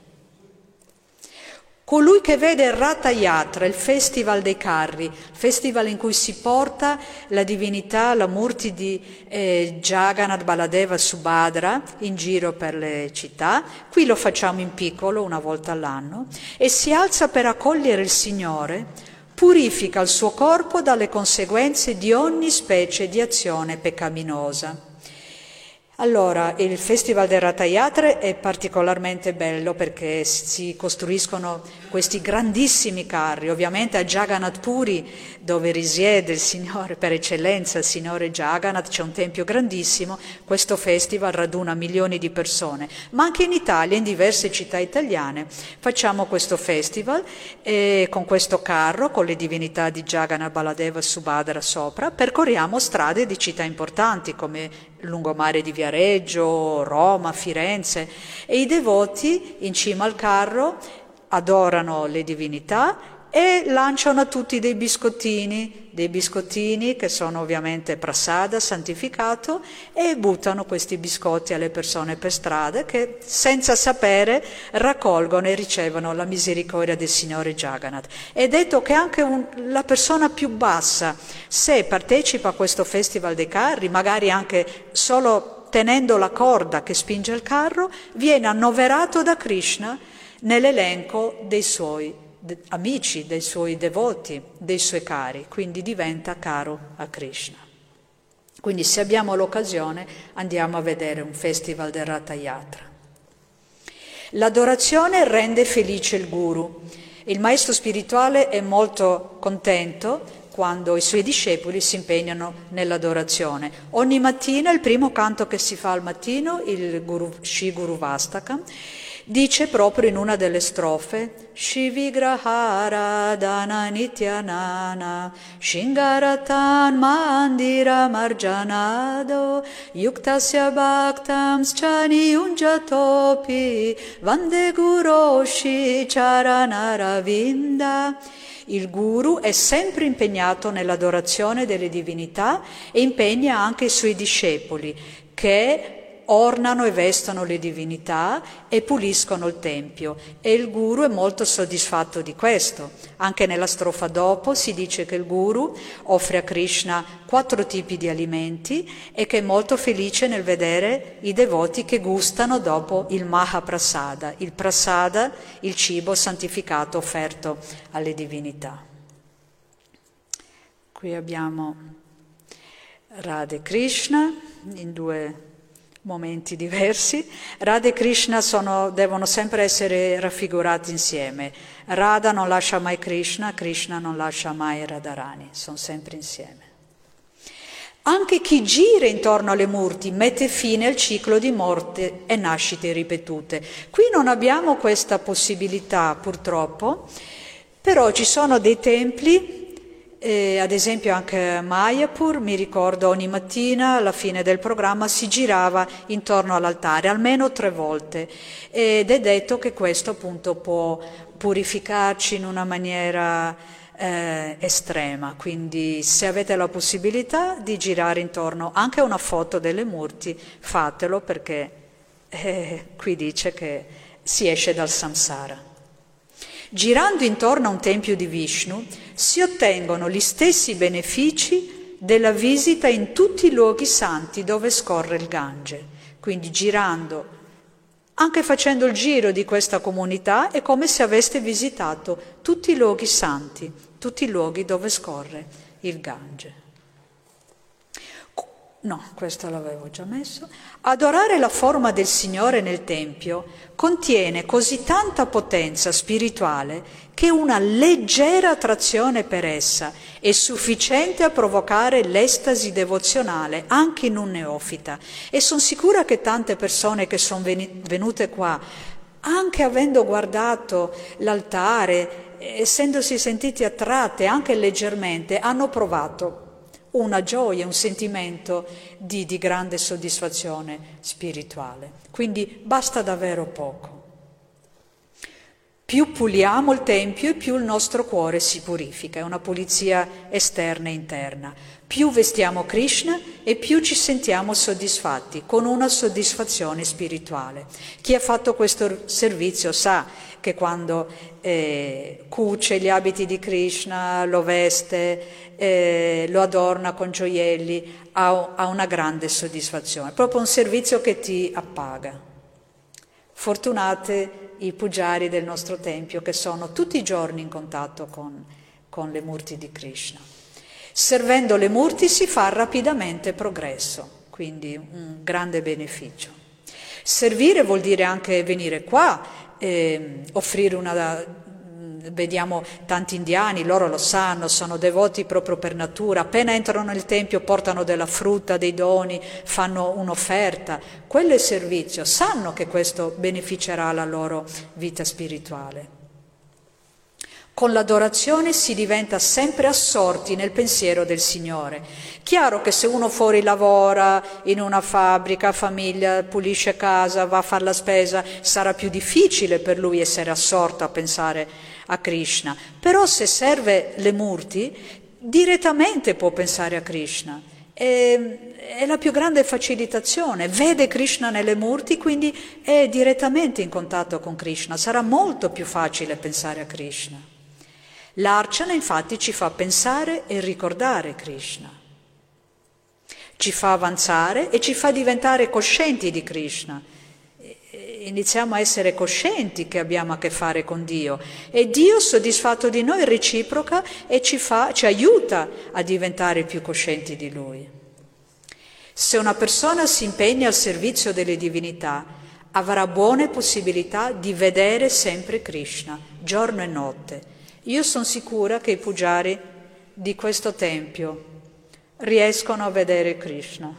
Colui che vede il Ratha Yatra, il festival dei carri, il festival in cui si porta la divinità, la murti di eh, Jagannath, Baladeva, Subhadra in giro per le città, qui lo facciamo in piccolo una volta all'anno, e si alza per accogliere il Signore, purifica il suo corpo dalle conseguenze di ogni specie di azione peccaminosa. Allora, il Festival del Ratha Yatra è particolarmente bello perché si costruiscono questi grandissimi carri. Ovviamente a Jagannath Puri, dove risiede il Signore per eccellenza, il Signore Jagannath, c'è un tempio grandissimo. Questo festival raduna milioni di persone. Ma anche in Italia, in diverse città italiane, facciamo questo festival e con questo carro, con le divinità di Jagannath, Baladeva e Subhadra sopra, percorriamo strade di città importanti come lungomare di Viareggio, Roma, Firenze, e i devoti in cima al carro adorano le divinità e lanciano a tutti dei biscottini, dei biscottini che sono ovviamente prasada, santificato, e buttano questi biscotti alle persone per strada che senza sapere raccolgono e ricevono la misericordia del Signore Jagannath. È detto che anche un, la persona più bassa, se partecipa a questo festival dei carri, magari anche solo tenendo la corda che spinge il carro, viene annoverato da Krishna nell'elenco dei suoi amici, dei suoi devoti, dei suoi cari, quindi diventa caro a Krishna. Quindi se abbiamo l'occasione andiamo a vedere un festival del Ratha Yatra. L'adorazione rende felice il guru. Il maestro spirituale è molto contento quando i suoi discepoli si impegnano nell'adorazione. Ogni mattina, il primo canto che si fa al mattino, il Guru, Shri Guru Vastaka, dice proprio in una delle strofe Shivigrahara Dana Nityanana Shingaratan Mandira Marjanado Yuktasya Bhaktam Schani Unjatopi Vande Guroshi Charanaravinda. Il guru è sempre impegnato nell'adorazione delle divinità e impegna anche i suoi discepoli che ornano e vestono le divinità e puliscono il tempio, e il guru è molto soddisfatto di questo. Anche nella strofa dopo si dice che il guru offre a Krishna quattro tipi di alimenti e che è molto felice nel vedere i devoti che gustano dopo il Mahaprasada, il prasada, il cibo santificato offerto alle divinità. Qui abbiamo Radha e Krishna in due momenti diversi. Radha e Krishna sono, devono sempre essere raffigurati insieme. Radha non lascia mai Krishna, Krishna non lascia mai Radharani, sono sempre insieme. Anche chi gira intorno alle murti mette fine al ciclo di morte e nascite ripetute. Qui non abbiamo questa possibilità purtroppo, però ci sono dei templi. Eh, ad esempio anche a Mayapur, mi ricordo ogni mattina alla fine del programma si girava intorno all'altare almeno tre volte ed è detto che questo appunto può purificarci in una maniera eh, estrema, quindi se avete la possibilità di girare intorno anche a una foto delle murti fatelo, perché eh, qui dice che si esce dal samsara. Girando intorno a un tempio di Vishnu si ottengono gli stessi benefici della visita in tutti i luoghi santi dove scorre il Gange. Quindi girando, anche facendo il giro di questa comunità, è come se aveste visitato tutti i luoghi santi, tutti i luoghi dove scorre il Gange. No, questo l'avevo già messo. Adorare la forma del Signore nel Tempio contiene così tanta potenza spirituale che una leggera attrazione per essa è sufficiente a provocare l'estasi devozionale anche in un neofita. E sono sicura che tante persone che sono venute qua, anche avendo guardato l'altare, essendosi sentiti attratte anche leggermente, hanno provato una gioia, un sentimento di, di grande soddisfazione spirituale. Quindi basta davvero poco. Più puliamo il Tempio e più il nostro cuore si purifica, è una pulizia esterna e interna. Più vestiamo Krishna e più ci sentiamo soddisfatti, con una soddisfazione spirituale. Chi ha fatto questo servizio sa che quando eh, cuce gli abiti di Krishna, lo veste, eh, lo adorna con gioielli, ha, ha una grande soddisfazione. È proprio un servizio che ti appaga. Fortunate i pugiari del nostro Tempio che sono tutti i giorni in contatto con, con le murti di Krishna. Servendo le murti si fa rapidamente progresso, quindi un grande beneficio. Servire vuol dire anche venire qua, eh, offrire una... Vediamo tanti indiani, loro lo sanno, sono devoti proprio per natura, appena entrano nel Tempio portano della frutta, dei doni, fanno un'offerta. Quello è servizio, sanno che questo beneficerà la loro vita spirituale. Con l'adorazione si diventa sempre assorti nel pensiero del Signore. Chiaro che se uno fuori lavora, in una fabbrica, famiglia, pulisce casa, va a fare la spesa, sarà più difficile per lui essere assorto a pensare a Krishna. Però se serve le murti, direttamente può pensare a Krishna. È, è la più grande facilitazione. Vede Krishna nelle murti, quindi è direttamente in contatto con Krishna. Sarà molto più facile pensare a Krishna. L'archana infatti ci fa pensare e ricordare Krishna, ci fa avanzare e ci fa diventare coscienti di Krishna. Iniziamo a essere coscienti che abbiamo a che fare con Dio e Dio, soddisfatto di noi, reciproca e ci, fa, ci aiuta a diventare più coscienti di Lui. Se una persona si impegna al servizio delle divinità, avrà buone possibilità di vedere sempre Krishna, giorno e notte. Io sono sicura che i pujari di questo tempio riescono a vedere Krishna.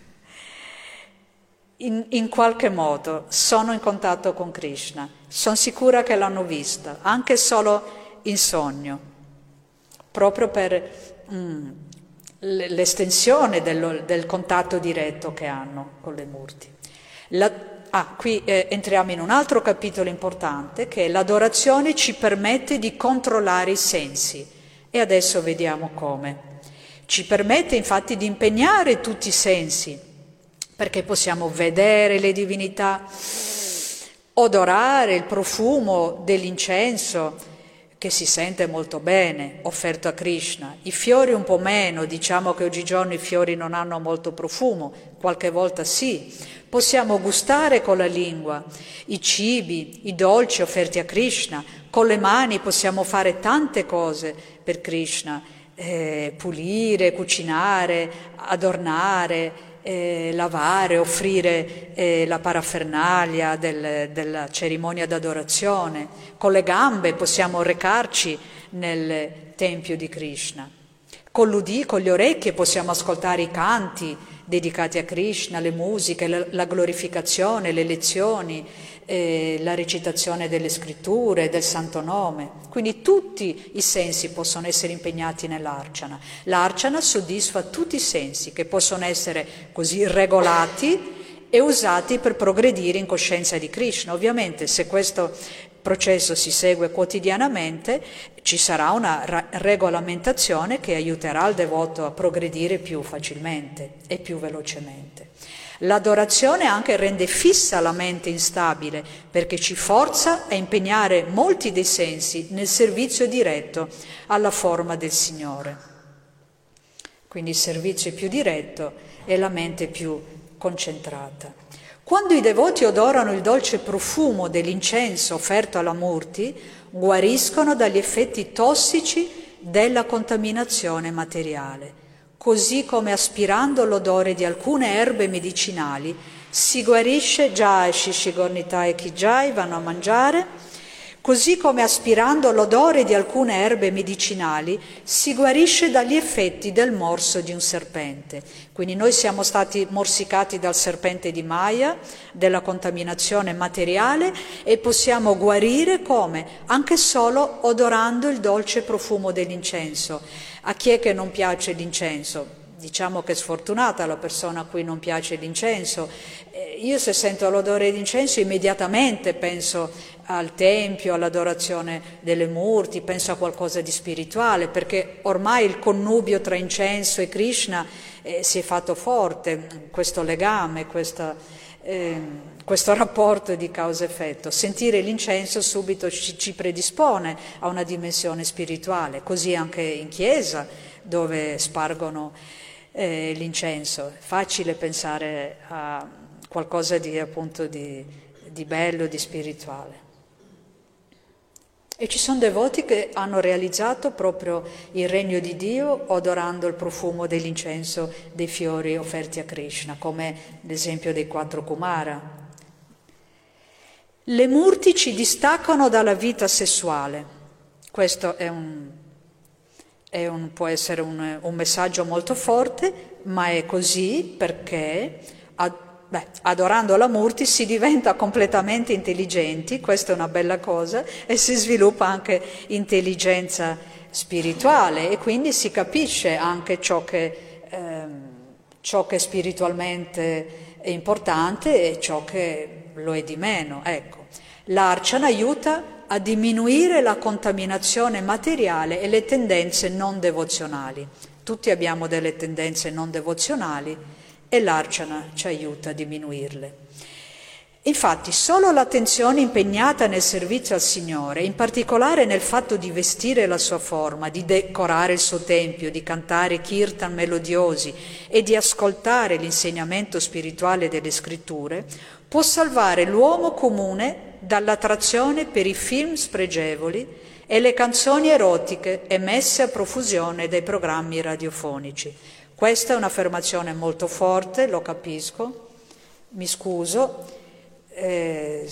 In, in qualche modo sono in contatto con Krishna. Sono sicura che l'hanno vista, anche solo in sogno, proprio per mm, l'estensione del, del contatto diretto che hanno con le murti. La, Ah, qui eh, entriamo in un altro capitolo importante, che è l'adorazione ci permette di controllare i sensi. E adesso vediamo come. Ci permette infatti di impegnare tutti i sensi, perché possiamo vedere le divinità, odorare il profumo dell'incenso, che si sente molto bene, offerto a Krishna. I fiori un po' meno, diciamo che oggigiorno i fiori non hanno molto profumo, qualche volta sì. Possiamo gustare con la lingua i cibi, i dolci offerti a Krishna, con le mani possiamo fare tante cose per Krishna, eh, pulire, cucinare, adornare, eh, lavare, offrire eh, la parafernalia del, della cerimonia d'adorazione. Con le gambe possiamo recarci nel tempio di Krishna. Con l'udì, con le orecchie possiamo ascoltare i canti dedicati a Krishna, le musiche, la, la glorificazione, le lezioni, eh, la recitazione delle scritture, del santo nome. Quindi tutti i sensi possono essere impegnati nell'archana. L'archana soddisfa tutti i sensi che possono essere così regolati e usati per progredire in coscienza di Krishna. Ovviamente se questo processo si segue quotidianamente ci sarà una ra- regolamentazione che aiuterà il devoto a progredire più facilmente e più velocemente. L'adorazione anche rende fissa la mente instabile perché ci forza a impegnare molti dei sensi nel servizio diretto alla forma del Signore. Quindi il servizio è più diretto e la mente più concentrata. Quando i devoti odorano il dolce profumo dell'incenso offerto alla Murti, guariscono dagli effetti tossici della contaminazione materiale, così come aspirando l'odore di alcune erbe medicinali si guarisce, Jai Shishi Gornitai Kijai, vanno a mangiare, così come aspirando l'odore di alcune erbe medicinali si guarisce dagli effetti del morso di un serpente. Quindi noi siamo stati morsicati dal serpente di Maya, della contaminazione materiale, e possiamo guarire come? Anche solo odorando il dolce profumo dell'incenso. A chi è che non piace l'incenso? Diciamo che è sfortunata la persona a cui non piace l'incenso. Eh, io se sento l'odore di incenso immediatamente penso al tempio, all'adorazione delle murti, penso a qualcosa di spirituale, perché ormai il connubio tra incenso e Krishna eh, si è fatto forte, questo legame, questa, eh, questo rapporto di causa-effetto. Sentire l'incenso subito ci, ci predispone a una dimensione spirituale, così anche in chiesa dove spargono eh, l'incenso. È facile pensare a qualcosa di, appunto, di, di bello, di spirituale. E ci sono devoti che hanno realizzato proprio il regno di Dio odorando il profumo dell'incenso dei fiori offerti a Krishna, come l'esempio dei quattro Kumara. Le murti ci distaccano dalla vita sessuale. Questo è un, è un, può essere un, un messaggio molto forte, ma è così perché ad, beh, adorando la Murti si diventa completamente intelligenti, questa è una bella cosa, e si sviluppa anche intelligenza spirituale e quindi si capisce anche ciò che, ehm, ciò che spiritualmente è importante e ciò che lo è di meno. Ecco, l'Archana aiuta a diminuire la contaminazione materiale e le tendenze non devozionali. Tutti abbiamo delle tendenze non devozionali e l'Archana ci aiuta a diminuirle. Infatti, solo l'attenzione impegnata nel servizio al Signore, in particolare nel fatto di vestire la sua forma, di decorare il suo tempio, di cantare kirtan melodiosi e di ascoltare l'insegnamento spirituale delle scritture, può salvare l'uomo comune dall'attrazione per i film spregevoli e le canzoni erotiche emesse a profusione dai programmi radiofonici. Questa è un'affermazione molto forte, lo capisco, mi scuso, eh,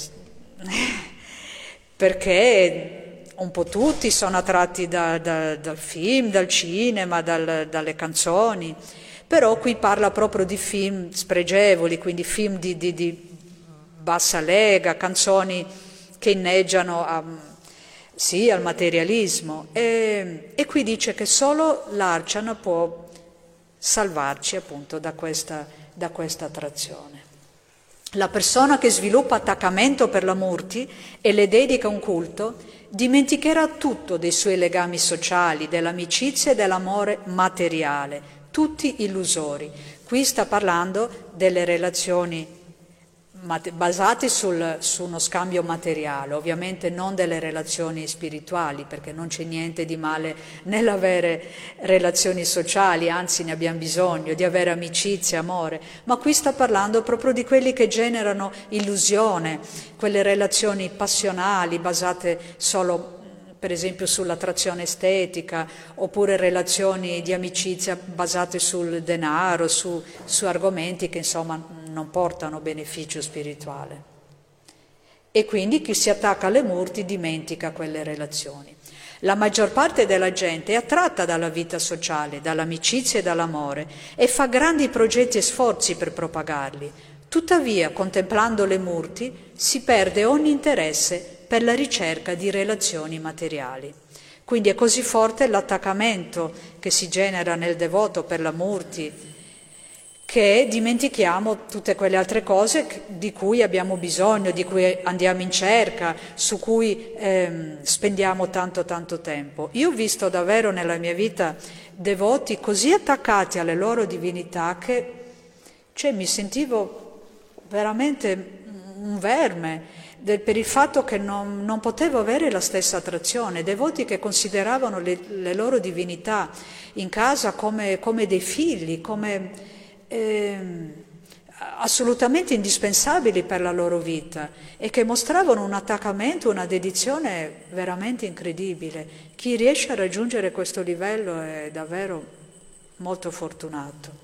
perché un po' tutti sono attratti da, da, dal film, dal cinema, dal, dalle canzoni, però qui parla proprio di film spregevoli, quindi film di, di, di bassa lega, canzoni che inneggiano a, sì, al materialismo e, e qui dice che solo l'Archana può salvarci appunto da questa, da questa attrazione. La persona che sviluppa attaccamento per la Murti e le dedica un culto dimenticherà tutto dei suoi legami sociali, dell'amicizia e dell'amore materiale, tutti illusori. Qui sta parlando delle relazioni basate sul, su uno scambio materiale, ovviamente non delle relazioni spirituali, perché non c'è niente di male nell'avere relazioni sociali, anzi ne abbiamo bisogno, di avere amicizia, amore, ma qui sta parlando proprio di quelli che generano illusione, quelle relazioni passionali basate solo per esempio sull'attrazione estetica, oppure relazioni di amicizia basate sul denaro, su, su argomenti che insomma non portano beneficio spirituale. E quindi chi si attacca alle Murti dimentica quelle relazioni. La maggior parte della gente è attratta dalla vita sociale, dall'amicizia e dall'amore e fa grandi progetti e sforzi per propagarli. Tuttavia, contemplando le Murti, si perde ogni interesse per la ricerca di relazioni materiali. Quindi è così forte l'attaccamento che si genera nel devoto per la Murti che dimentichiamo tutte quelle altre cose di cui abbiamo bisogno, di cui andiamo in cerca, su cui ehm, spendiamo tanto tanto tempo. Io ho visto davvero nella mia vita devoti così attaccati alle loro divinità che cioè, mi sentivo veramente un verme del, per il fatto che non, non potevo avere la stessa attrazione, devoti che consideravano le, le loro divinità in casa come, come dei figli, come eh, assolutamente indispensabili per la loro vita e che mostravano un attaccamento, una dedizione veramente incredibile. Chi riesce a raggiungere questo livello è davvero molto fortunato.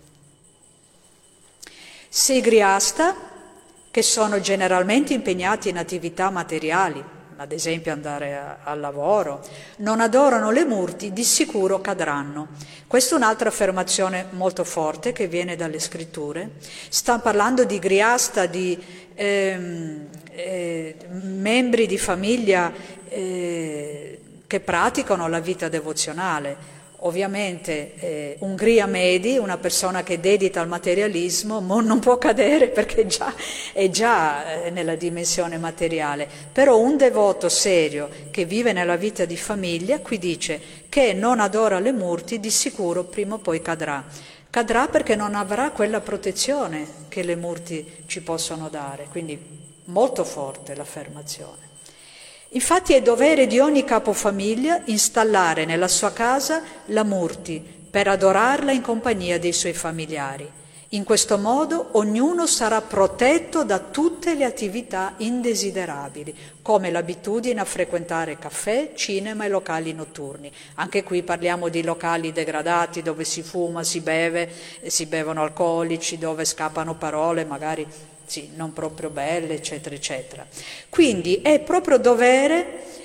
Se i grihasta, che sono generalmente impegnati in attività materiali, ad esempio andare a, al lavoro, non adorano le Murti, di sicuro cadranno. Questa è un'altra affermazione molto forte che viene dalle scritture. Sta parlando di grihasta, di ehm, eh, membri di famiglia eh, che praticano la vita devozionale. Ovviamente eh, un Griha Medi, una persona che dedita al materialismo, non può cadere perché già, è già eh, nella dimensione materiale, però un devoto serio che vive nella vita di famiglia, qui dice che non adora le Murti, di sicuro prima o poi cadrà. Cadrà perché non avrà quella protezione che le Murti ci possono dare, quindi molto forte l'affermazione. Infatti è dovere di ogni capofamiglia installare nella sua casa la Murti per adorarla in compagnia dei suoi familiari. In questo modo ognuno sarà protetto da tutte le attività indesiderabili, come l'abitudine a frequentare caffè, cinema e locali notturni. Anche qui parliamo di locali degradati dove si fuma, si beve, si bevono alcolici, dove scappano parole magari sì, non proprio belle, eccetera, eccetera. Quindi è proprio dovere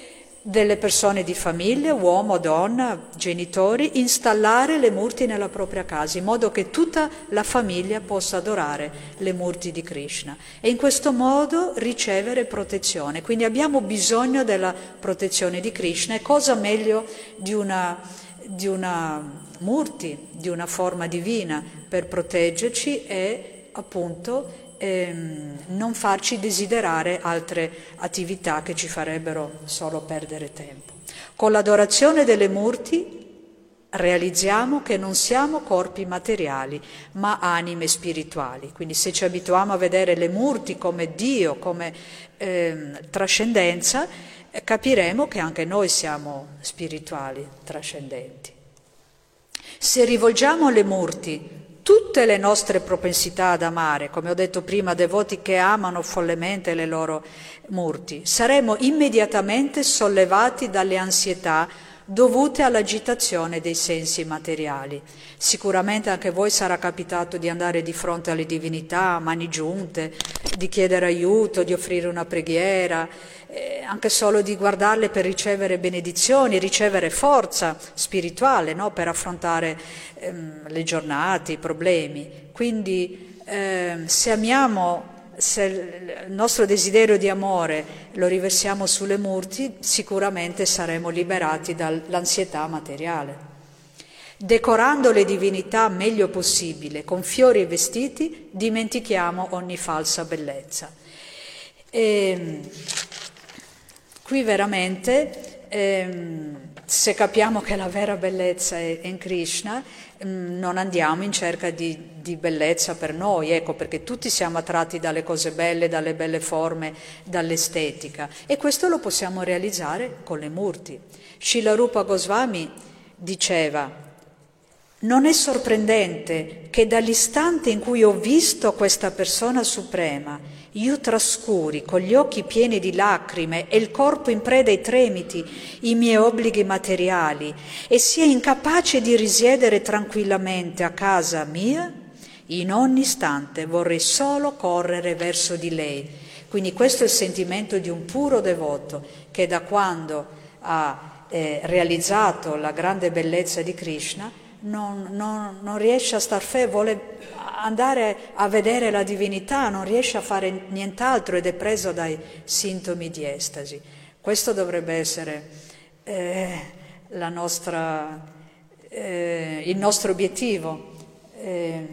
delle persone di famiglia, uomo, donna, genitori, installare le murti nella propria casa, in modo che tutta la famiglia possa adorare le murti di Krishna e in questo modo ricevere protezione. Quindi abbiamo bisogno della protezione di Krishna, e cosa meglio di una, di una murti, di una forma divina per proteggerci e appunto Ehm, non farci desiderare altre attività che ci farebbero solo perdere tempo. Con l'adorazione delle murti realizziamo che non siamo corpi materiali, ma anime spirituali. Quindi se ci abituiamo a vedere le murti come Dio, come ehm, trascendenza, eh, capiremo che anche noi siamo spirituali, trascendenti. Se rivolgiamo alle murti tutte le nostre propensità ad amare, come ho detto prima, devoti che amano follemente le loro murti, saremo immediatamente sollevati dalle ansietà dovute all'agitazione dei sensi materiali. Sicuramente anche a voi sarà capitato di andare di fronte alle divinità a mani giunte, di chiedere aiuto, di offrire una preghiera, eh, anche solo di guardarle per ricevere benedizioni, ricevere forza spirituale, no? Per affrontare ehm, le giornate, i problemi. Quindi ehm, se amiamo, se il nostro desiderio di amore lo riversiamo sulle murti, sicuramente saremo liberati dall'ansietà materiale. Decorando le divinità meglio possibile, con fiori e vestiti, dimentichiamo ogni falsa bellezza. E, qui veramente, ehm, se capiamo che la vera bellezza è in Krishna, ehm, non andiamo in cerca di, di bellezza per noi, ecco, perché tutti siamo attratti dalle cose belle, dalle belle forme, dall'estetica, e questo lo possiamo realizzare con le murti. Srila Rupa Goswami diceva: non è sorprendente che dall'istante in cui ho visto questa persona suprema, io trascuri con gli occhi pieni di lacrime e il corpo in preda ai tremiti i miei obblighi materiali e sia incapace di risiedere tranquillamente a casa mia, in ogni istante vorrei solo correre verso di lei. Quindi questo è il sentimento di un puro devoto che da quando ha eh, realizzato la grande bellezza di Krishna Non, non, non riesce a star fermo, vuole andare a vedere la divinità, non riesce a fare nient'altro ed è preso dai sintomi di estasi. Questo dovrebbe essere eh, la nostra, eh, il nostro obiettivo, eh,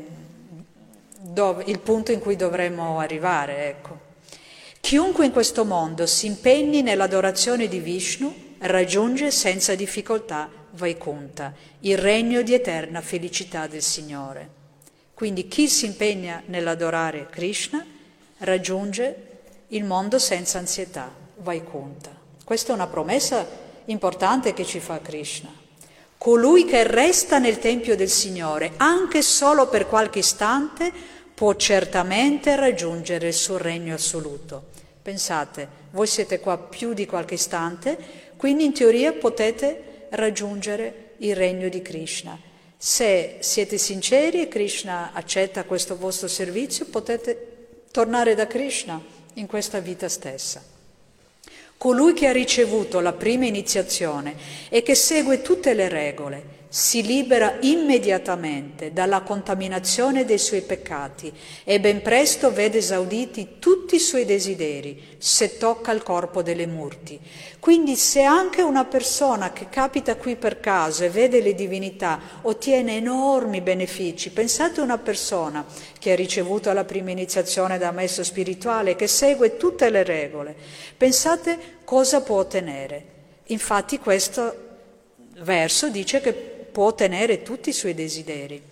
dove, il punto in cui dovremmo arrivare. Ecco. Chiunque in questo mondo si impegni nell'adorazione di Vishnu raggiunge senza difficoltà Vaikunta, il regno di eterna felicità del Signore. Quindi chi si impegna nell'adorare Krishna raggiunge il mondo senza ansietà, Vaikunta. Questa è una promessa importante che ci fa Krishna. Colui che resta nel Tempio del Signore, anche solo per qualche istante, può certamente raggiungere il suo regno assoluto. Pensate, voi siete qua più di qualche istante, quindi in teoria potete raggiungere il regno di Krishna. Se siete sinceri e Krishna accetta questo vostro servizio, potete tornare da Krishna in questa vita stessa. Colui che ha ricevuto la prima iniziazione e che segue tutte le regole si libera immediatamente dalla contaminazione dei suoi peccati e ben presto vede esauditi tutti i suoi desideri se tocca il corpo delle murti. Quindi se anche una persona che capita qui per caso e vede le divinità ottiene enormi benefici, pensate a una persona che ha ricevuto la prima iniziazione da maestro spirituale, che segue tutte le regole, pensate cosa può ottenere. Infatti questo verso dice che può ottenere tutti i suoi desideri.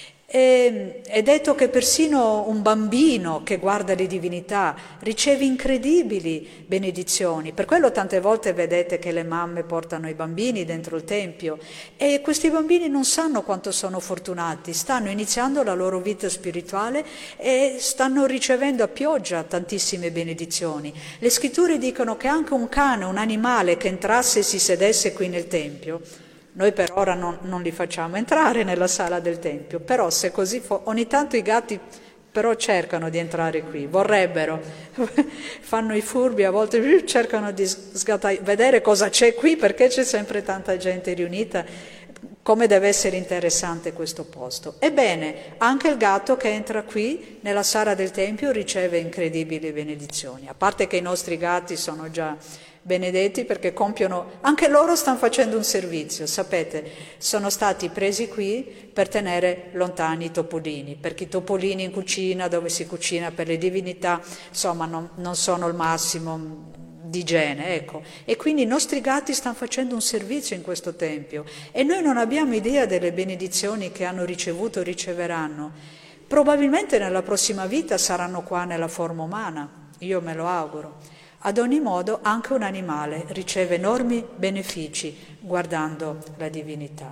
E, è detto che persino un bambino che guarda le divinità riceve incredibili benedizioni. Per quello tante volte vedete che le mamme portano i bambini dentro il tempio e questi bambini non sanno quanto sono fortunati, stanno iniziando la loro vita spirituale e stanno ricevendo a pioggia tantissime benedizioni. Le scritture dicono che anche un cane, un animale che entrasse e si sedesse qui nel tempio, noi per ora non, non li facciamo entrare nella sala del Tempio, però se così fo- ogni tanto i gatti però cercano di entrare qui, vorrebbero, fanno i furbi, a volte cercano di sgattare, vedere cosa c'è qui, perché c'è sempre tanta gente riunita, come deve essere interessante questo posto. Ebbene, anche il gatto che entra qui, nella sala del Tempio, riceve incredibili benedizioni, a parte che i nostri gatti sono già benedetti perché compiono, anche loro stanno facendo un servizio, sapete, sono stati presi qui per tenere lontani i topolini, perché i topolini in cucina, dove si cucina per le divinità, insomma non, non sono il massimo di igiene, ecco. E quindi i nostri gatti stanno facendo un servizio in questo Tempio e noi non abbiamo idea delle benedizioni che hanno ricevuto o riceveranno. Probabilmente nella prossima vita saranno qua nella forma umana, io me lo auguro. Ad ogni modo anche un animale riceve enormi benefici guardando la divinità.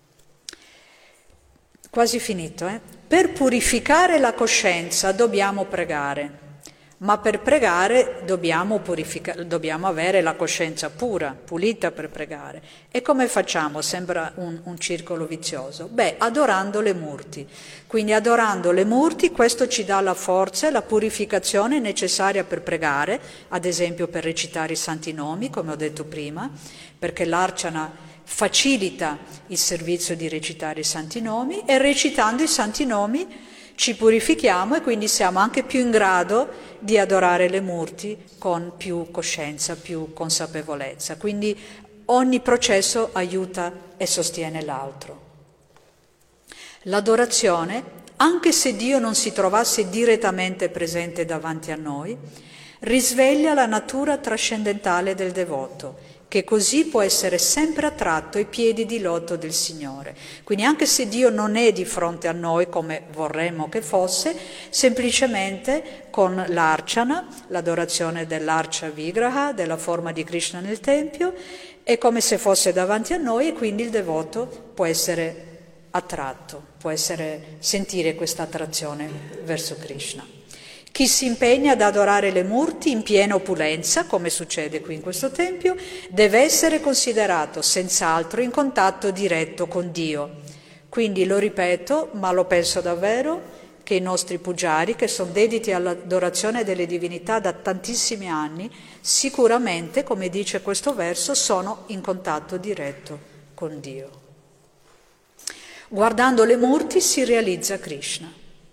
Quasi finito, eh? Per purificare la coscienza dobbiamo pregare, ma per pregare dobbiamo, purifica- dobbiamo avere la coscienza pura, pulita per pregare. E come facciamo? Sembra un, un circolo vizioso. Beh, adorando le murti. Quindi adorando le murti, questo ci dà la forza e la purificazione necessaria per pregare, ad esempio per recitare i santi nomi, come ho detto prima, perché l'arciana facilita il servizio di recitare i santi nomi e recitando i santi nomi ci purifichiamo e quindi siamo anche più in grado di adorare le murti con più coscienza, più consapevolezza. Quindi ogni processo aiuta e sostiene l'altro. L'adorazione, anche se Dio non si trovasse direttamente presente davanti a noi, risveglia la natura trascendentale del devoto, che così può essere sempre attratto ai piedi di loto del Signore. Quindi anche se Dio non è di fronte a noi come vorremmo che fosse, semplicemente con l'arciana, l'adorazione dell'arcia vigraha, della forma di Krishna nel Tempio, è come se fosse davanti a noi e quindi il devoto può essere attratto, può essere, sentire questa attrazione verso Krishna. Chi si impegna ad adorare le murti in piena opulenza, come succede qui in questo Tempio, deve essere considerato senz'altro in contatto diretto con Dio. Quindi lo ripeto, ma lo penso davvero, che i nostri pugiari, che sono dediti all'adorazione delle divinità da tantissimi anni, sicuramente, come dice questo verso, sono in contatto diretto con Dio. Guardando le murti si realizza Krishna.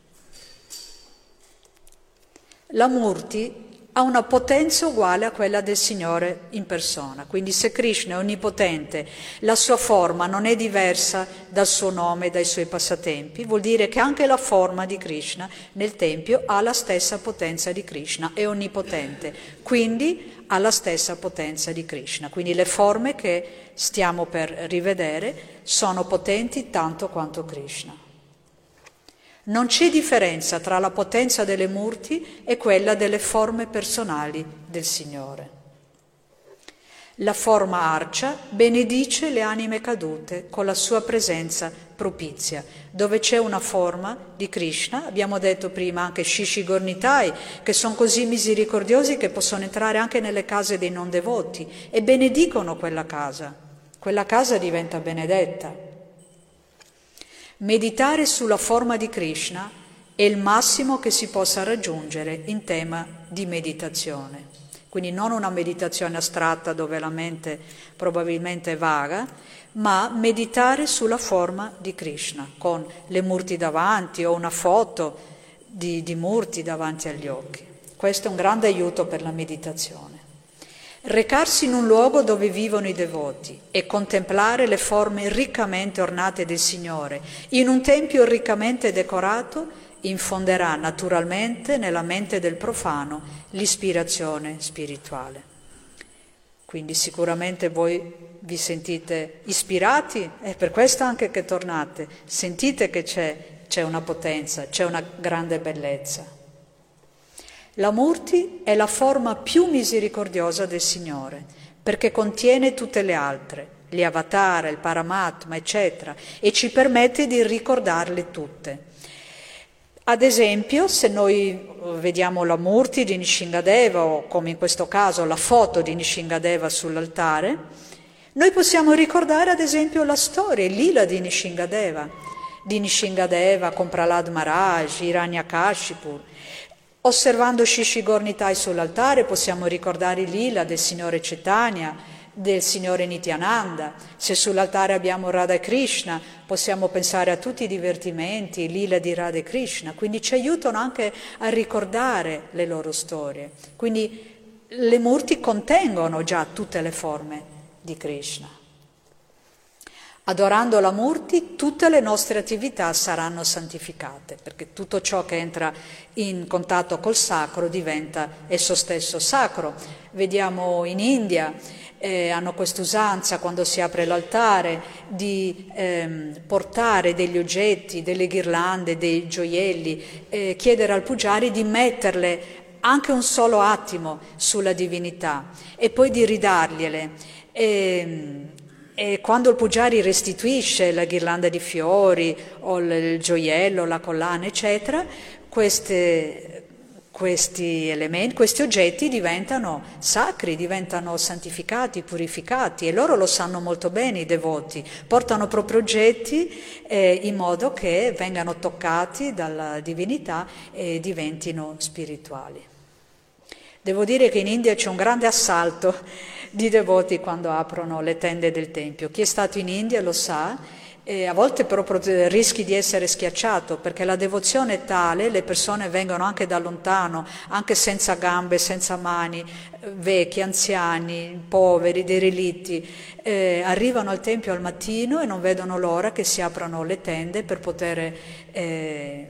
La murti ha una potenza uguale a quella del Signore in persona, quindi se Krishna è onnipotente, la sua forma non è diversa dal suo nome e dai suoi passatempi, vuol dire che anche la forma di Krishna nel Tempio ha la stessa potenza di Krishna, è onnipotente, quindi ha la stessa potenza di Krishna. Quindi le forme che stiamo per rivedere sono potenti tanto quanto Krishna. Non c'è differenza tra la potenza delle murti e quella delle forme personali del Signore. La forma arcia benedice le anime cadute con la sua presenza propizia. Dove c'è una forma di Krishna, abbiamo detto prima anche Shishigornitai, che sono così misericordiosi che possono entrare anche nelle case dei non devoti e benedicono quella casa. Quella casa diventa benedetta. Meditare sulla forma di Krishna è il massimo che si possa raggiungere in tema di meditazione. Quindi non una meditazione astratta dove la mente probabilmente è vaga, ma meditare sulla forma di Krishna, con le murti davanti o una foto di, di murti davanti agli occhi. Questo è un grande aiuto per la meditazione. Recarsi in un luogo dove vivono i devoti e contemplare le forme riccamente ornate del Signore in un tempio riccamente decorato infonderà naturalmente nella mente del profano l'ispirazione spirituale. Quindi sicuramente voi vi sentite ispirati, è per questo anche che tornate, sentite che c'è, c'è una potenza, c'è una grande bellezza. La murti è la forma più misericordiosa del Signore, perché contiene tutte le altre, gli avatar, il paramatma, eccetera, e ci permette di ricordarle tutte. Ad esempio, se noi vediamo la murti di Nishingadeva, o come in questo caso la foto di Nishingadeva sull'altare, noi possiamo ricordare ad esempio la storia, il lila di Nishingadeva. di Nishingadeva con Prahlad Maharaj, Hiranyakashipu. Osservando Shishigornitai sull'altare possiamo ricordare i lila del Signore Chaitanya, del Signore Nityananda. Se sull'altare abbiamo Radha e Krishna, possiamo pensare a tutti i divertimenti, i lila di Radha e Krishna, quindi ci aiutano anche a ricordare le loro storie. Quindi le murti contengono già tutte le forme di Krishna. Adorando la Murti, tutte le nostre attività saranno santificate, perché tutto ciò che entra in contatto col sacro diventa esso stesso sacro. Vediamo in India, eh, hanno quest'usanza quando si apre l'altare di ehm, portare degli oggetti, delle ghirlande, dei gioielli, eh, chiedere al Pujari di metterle anche un solo attimo sulla divinità e poi di ridargliele. E, e quando il Pujari restituisce la ghirlanda di fiori o il gioiello, la collana, eccetera, queste, questi elementi, questi oggetti diventano sacri, diventano santificati, purificati, e loro lo sanno molto bene, i devoti. Portano proprio oggetti eh, in modo che vengano toccati dalla divinità e diventino spirituali. Devo dire che in India c'è un grande assalto di devoti quando aprono le tende del Tempio. Chi è stato in India lo sa, e a volte proprio rischi di essere schiacciato, perché la devozione è tale, le persone vengono anche da lontano, anche senza gambe, senza mani, vecchi, anziani, poveri, derelitti, eh, arrivano al Tempio al mattino e non vedono l'ora che si aprano le tende per poter eh,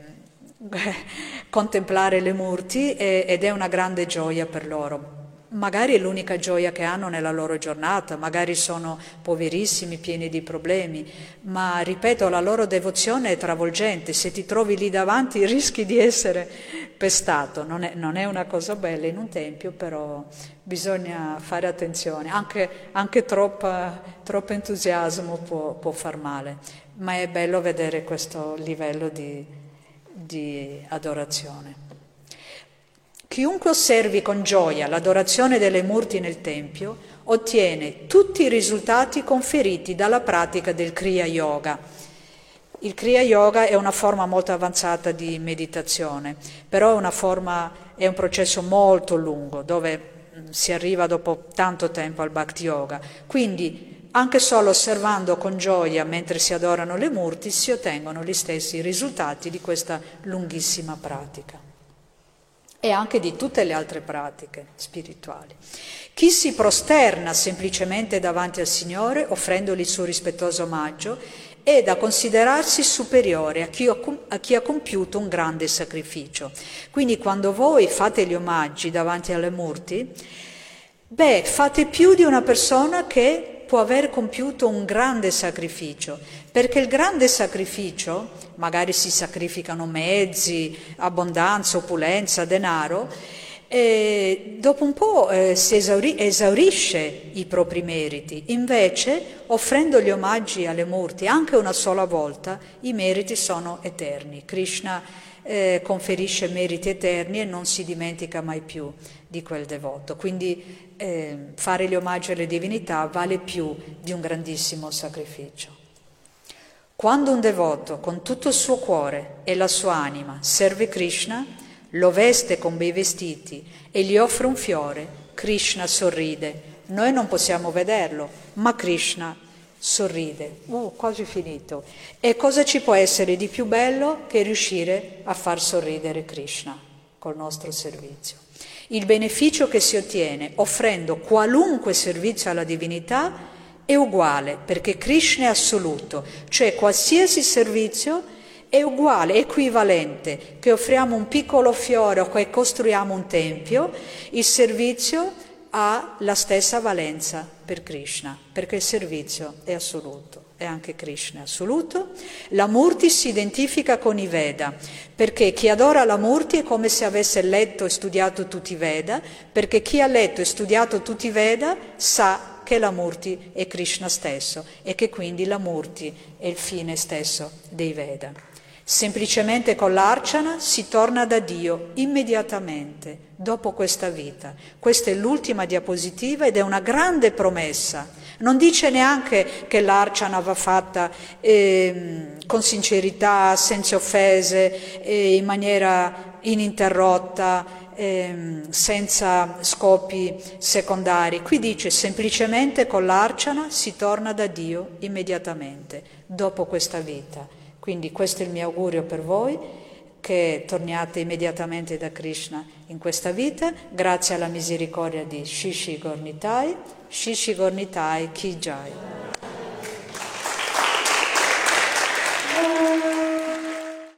contemplare le murti, e, ed è una grande gioia per loro. Magari è l'unica gioia che hanno nella loro giornata, magari sono poverissimi, pieni di problemi, ma ripeto, la loro devozione è travolgente. Se ti trovi lì davanti rischi di essere pestato. Non è, non è una cosa bella in un tempio, però bisogna fare attenzione. Anche, anche troppa, troppo entusiasmo può, può far male, ma è bello vedere questo livello di, di adorazione. Chiunque osservi con gioia l'adorazione delle murti nel Tempio ottiene tutti i risultati conferiti dalla pratica del Kriya Yoga. Il Kriya Yoga è una forma molto avanzata di meditazione, però è una forma, è un processo molto lungo, dove si arriva dopo tanto tempo al Bhakti Yoga. Quindi anche solo osservando con gioia mentre si adorano le murti si ottengono gli stessi risultati di questa lunghissima pratica. E anche di tutte le altre pratiche spirituali. Chi si prosterna semplicemente davanti al Signore, offrendogli il suo rispettoso omaggio, è da considerarsi superiore a chi, a chi ha compiuto un grande sacrificio. Quindi quando voi fate gli omaggi davanti alle murti, beh, fate più di una persona che può aver compiuto un grande sacrificio, perché il grande sacrificio, magari si sacrificano mezzi, abbondanza, opulenza, denaro, e dopo un po' eh, si esauri- esaurisce i propri meriti. Invece, offrendo gli omaggi alle murti anche una sola volta, i meriti sono eterni. Krishna eh, conferisce meriti eterni e non si dimentica mai più di quel devoto. Quindi eh, fare gli omaggi alle divinità vale più di un grandissimo sacrificio. Quando un devoto con tutto il suo cuore e la sua anima serve Krishna, lo veste con bei vestiti e gli offre un fiore, Krishna sorride. Noi non possiamo vederlo, ma Krishna sorride. Uh, quasi finito. E cosa ci può essere di più bello che riuscire a far sorridere Krishna col nostro servizio? Il beneficio che si ottiene offrendo qualunque servizio alla divinità è uguale, perché Krishna è assoluto, cioè qualsiasi servizio è uguale, equivalente, che offriamo un piccolo fiore o che costruiamo un tempio, il servizio ha la stessa valenza per Krishna, perché il servizio è assoluto e anche Krishna è assoluto. La Murti si identifica con i Veda, perché chi adora la Murti è come se avesse letto e studiato tutti i Veda, perché chi ha letto e studiato tutti i Veda sa che la Murti è Krishna stesso e che quindi la Murti è il fine stesso dei Veda. Semplicemente con l'Archana si torna da Dio immediatamente, dopo questa vita. Questa è l'ultima diapositiva ed è una grande promessa. Non dice neanche che l'Archana va fatta eh, con sincerità, senza offese, eh, in maniera ininterrotta, eh, senza scopi secondari. Qui dice semplicemente con l'Archana si torna da Dio immediatamente, dopo questa vita. Quindi questo è il mio augurio per voi, che torniate immediatamente da Krishna in questa vita, grazie alla misericordia di Shishi Gornitai, Shishi Gornitai Ki Jai.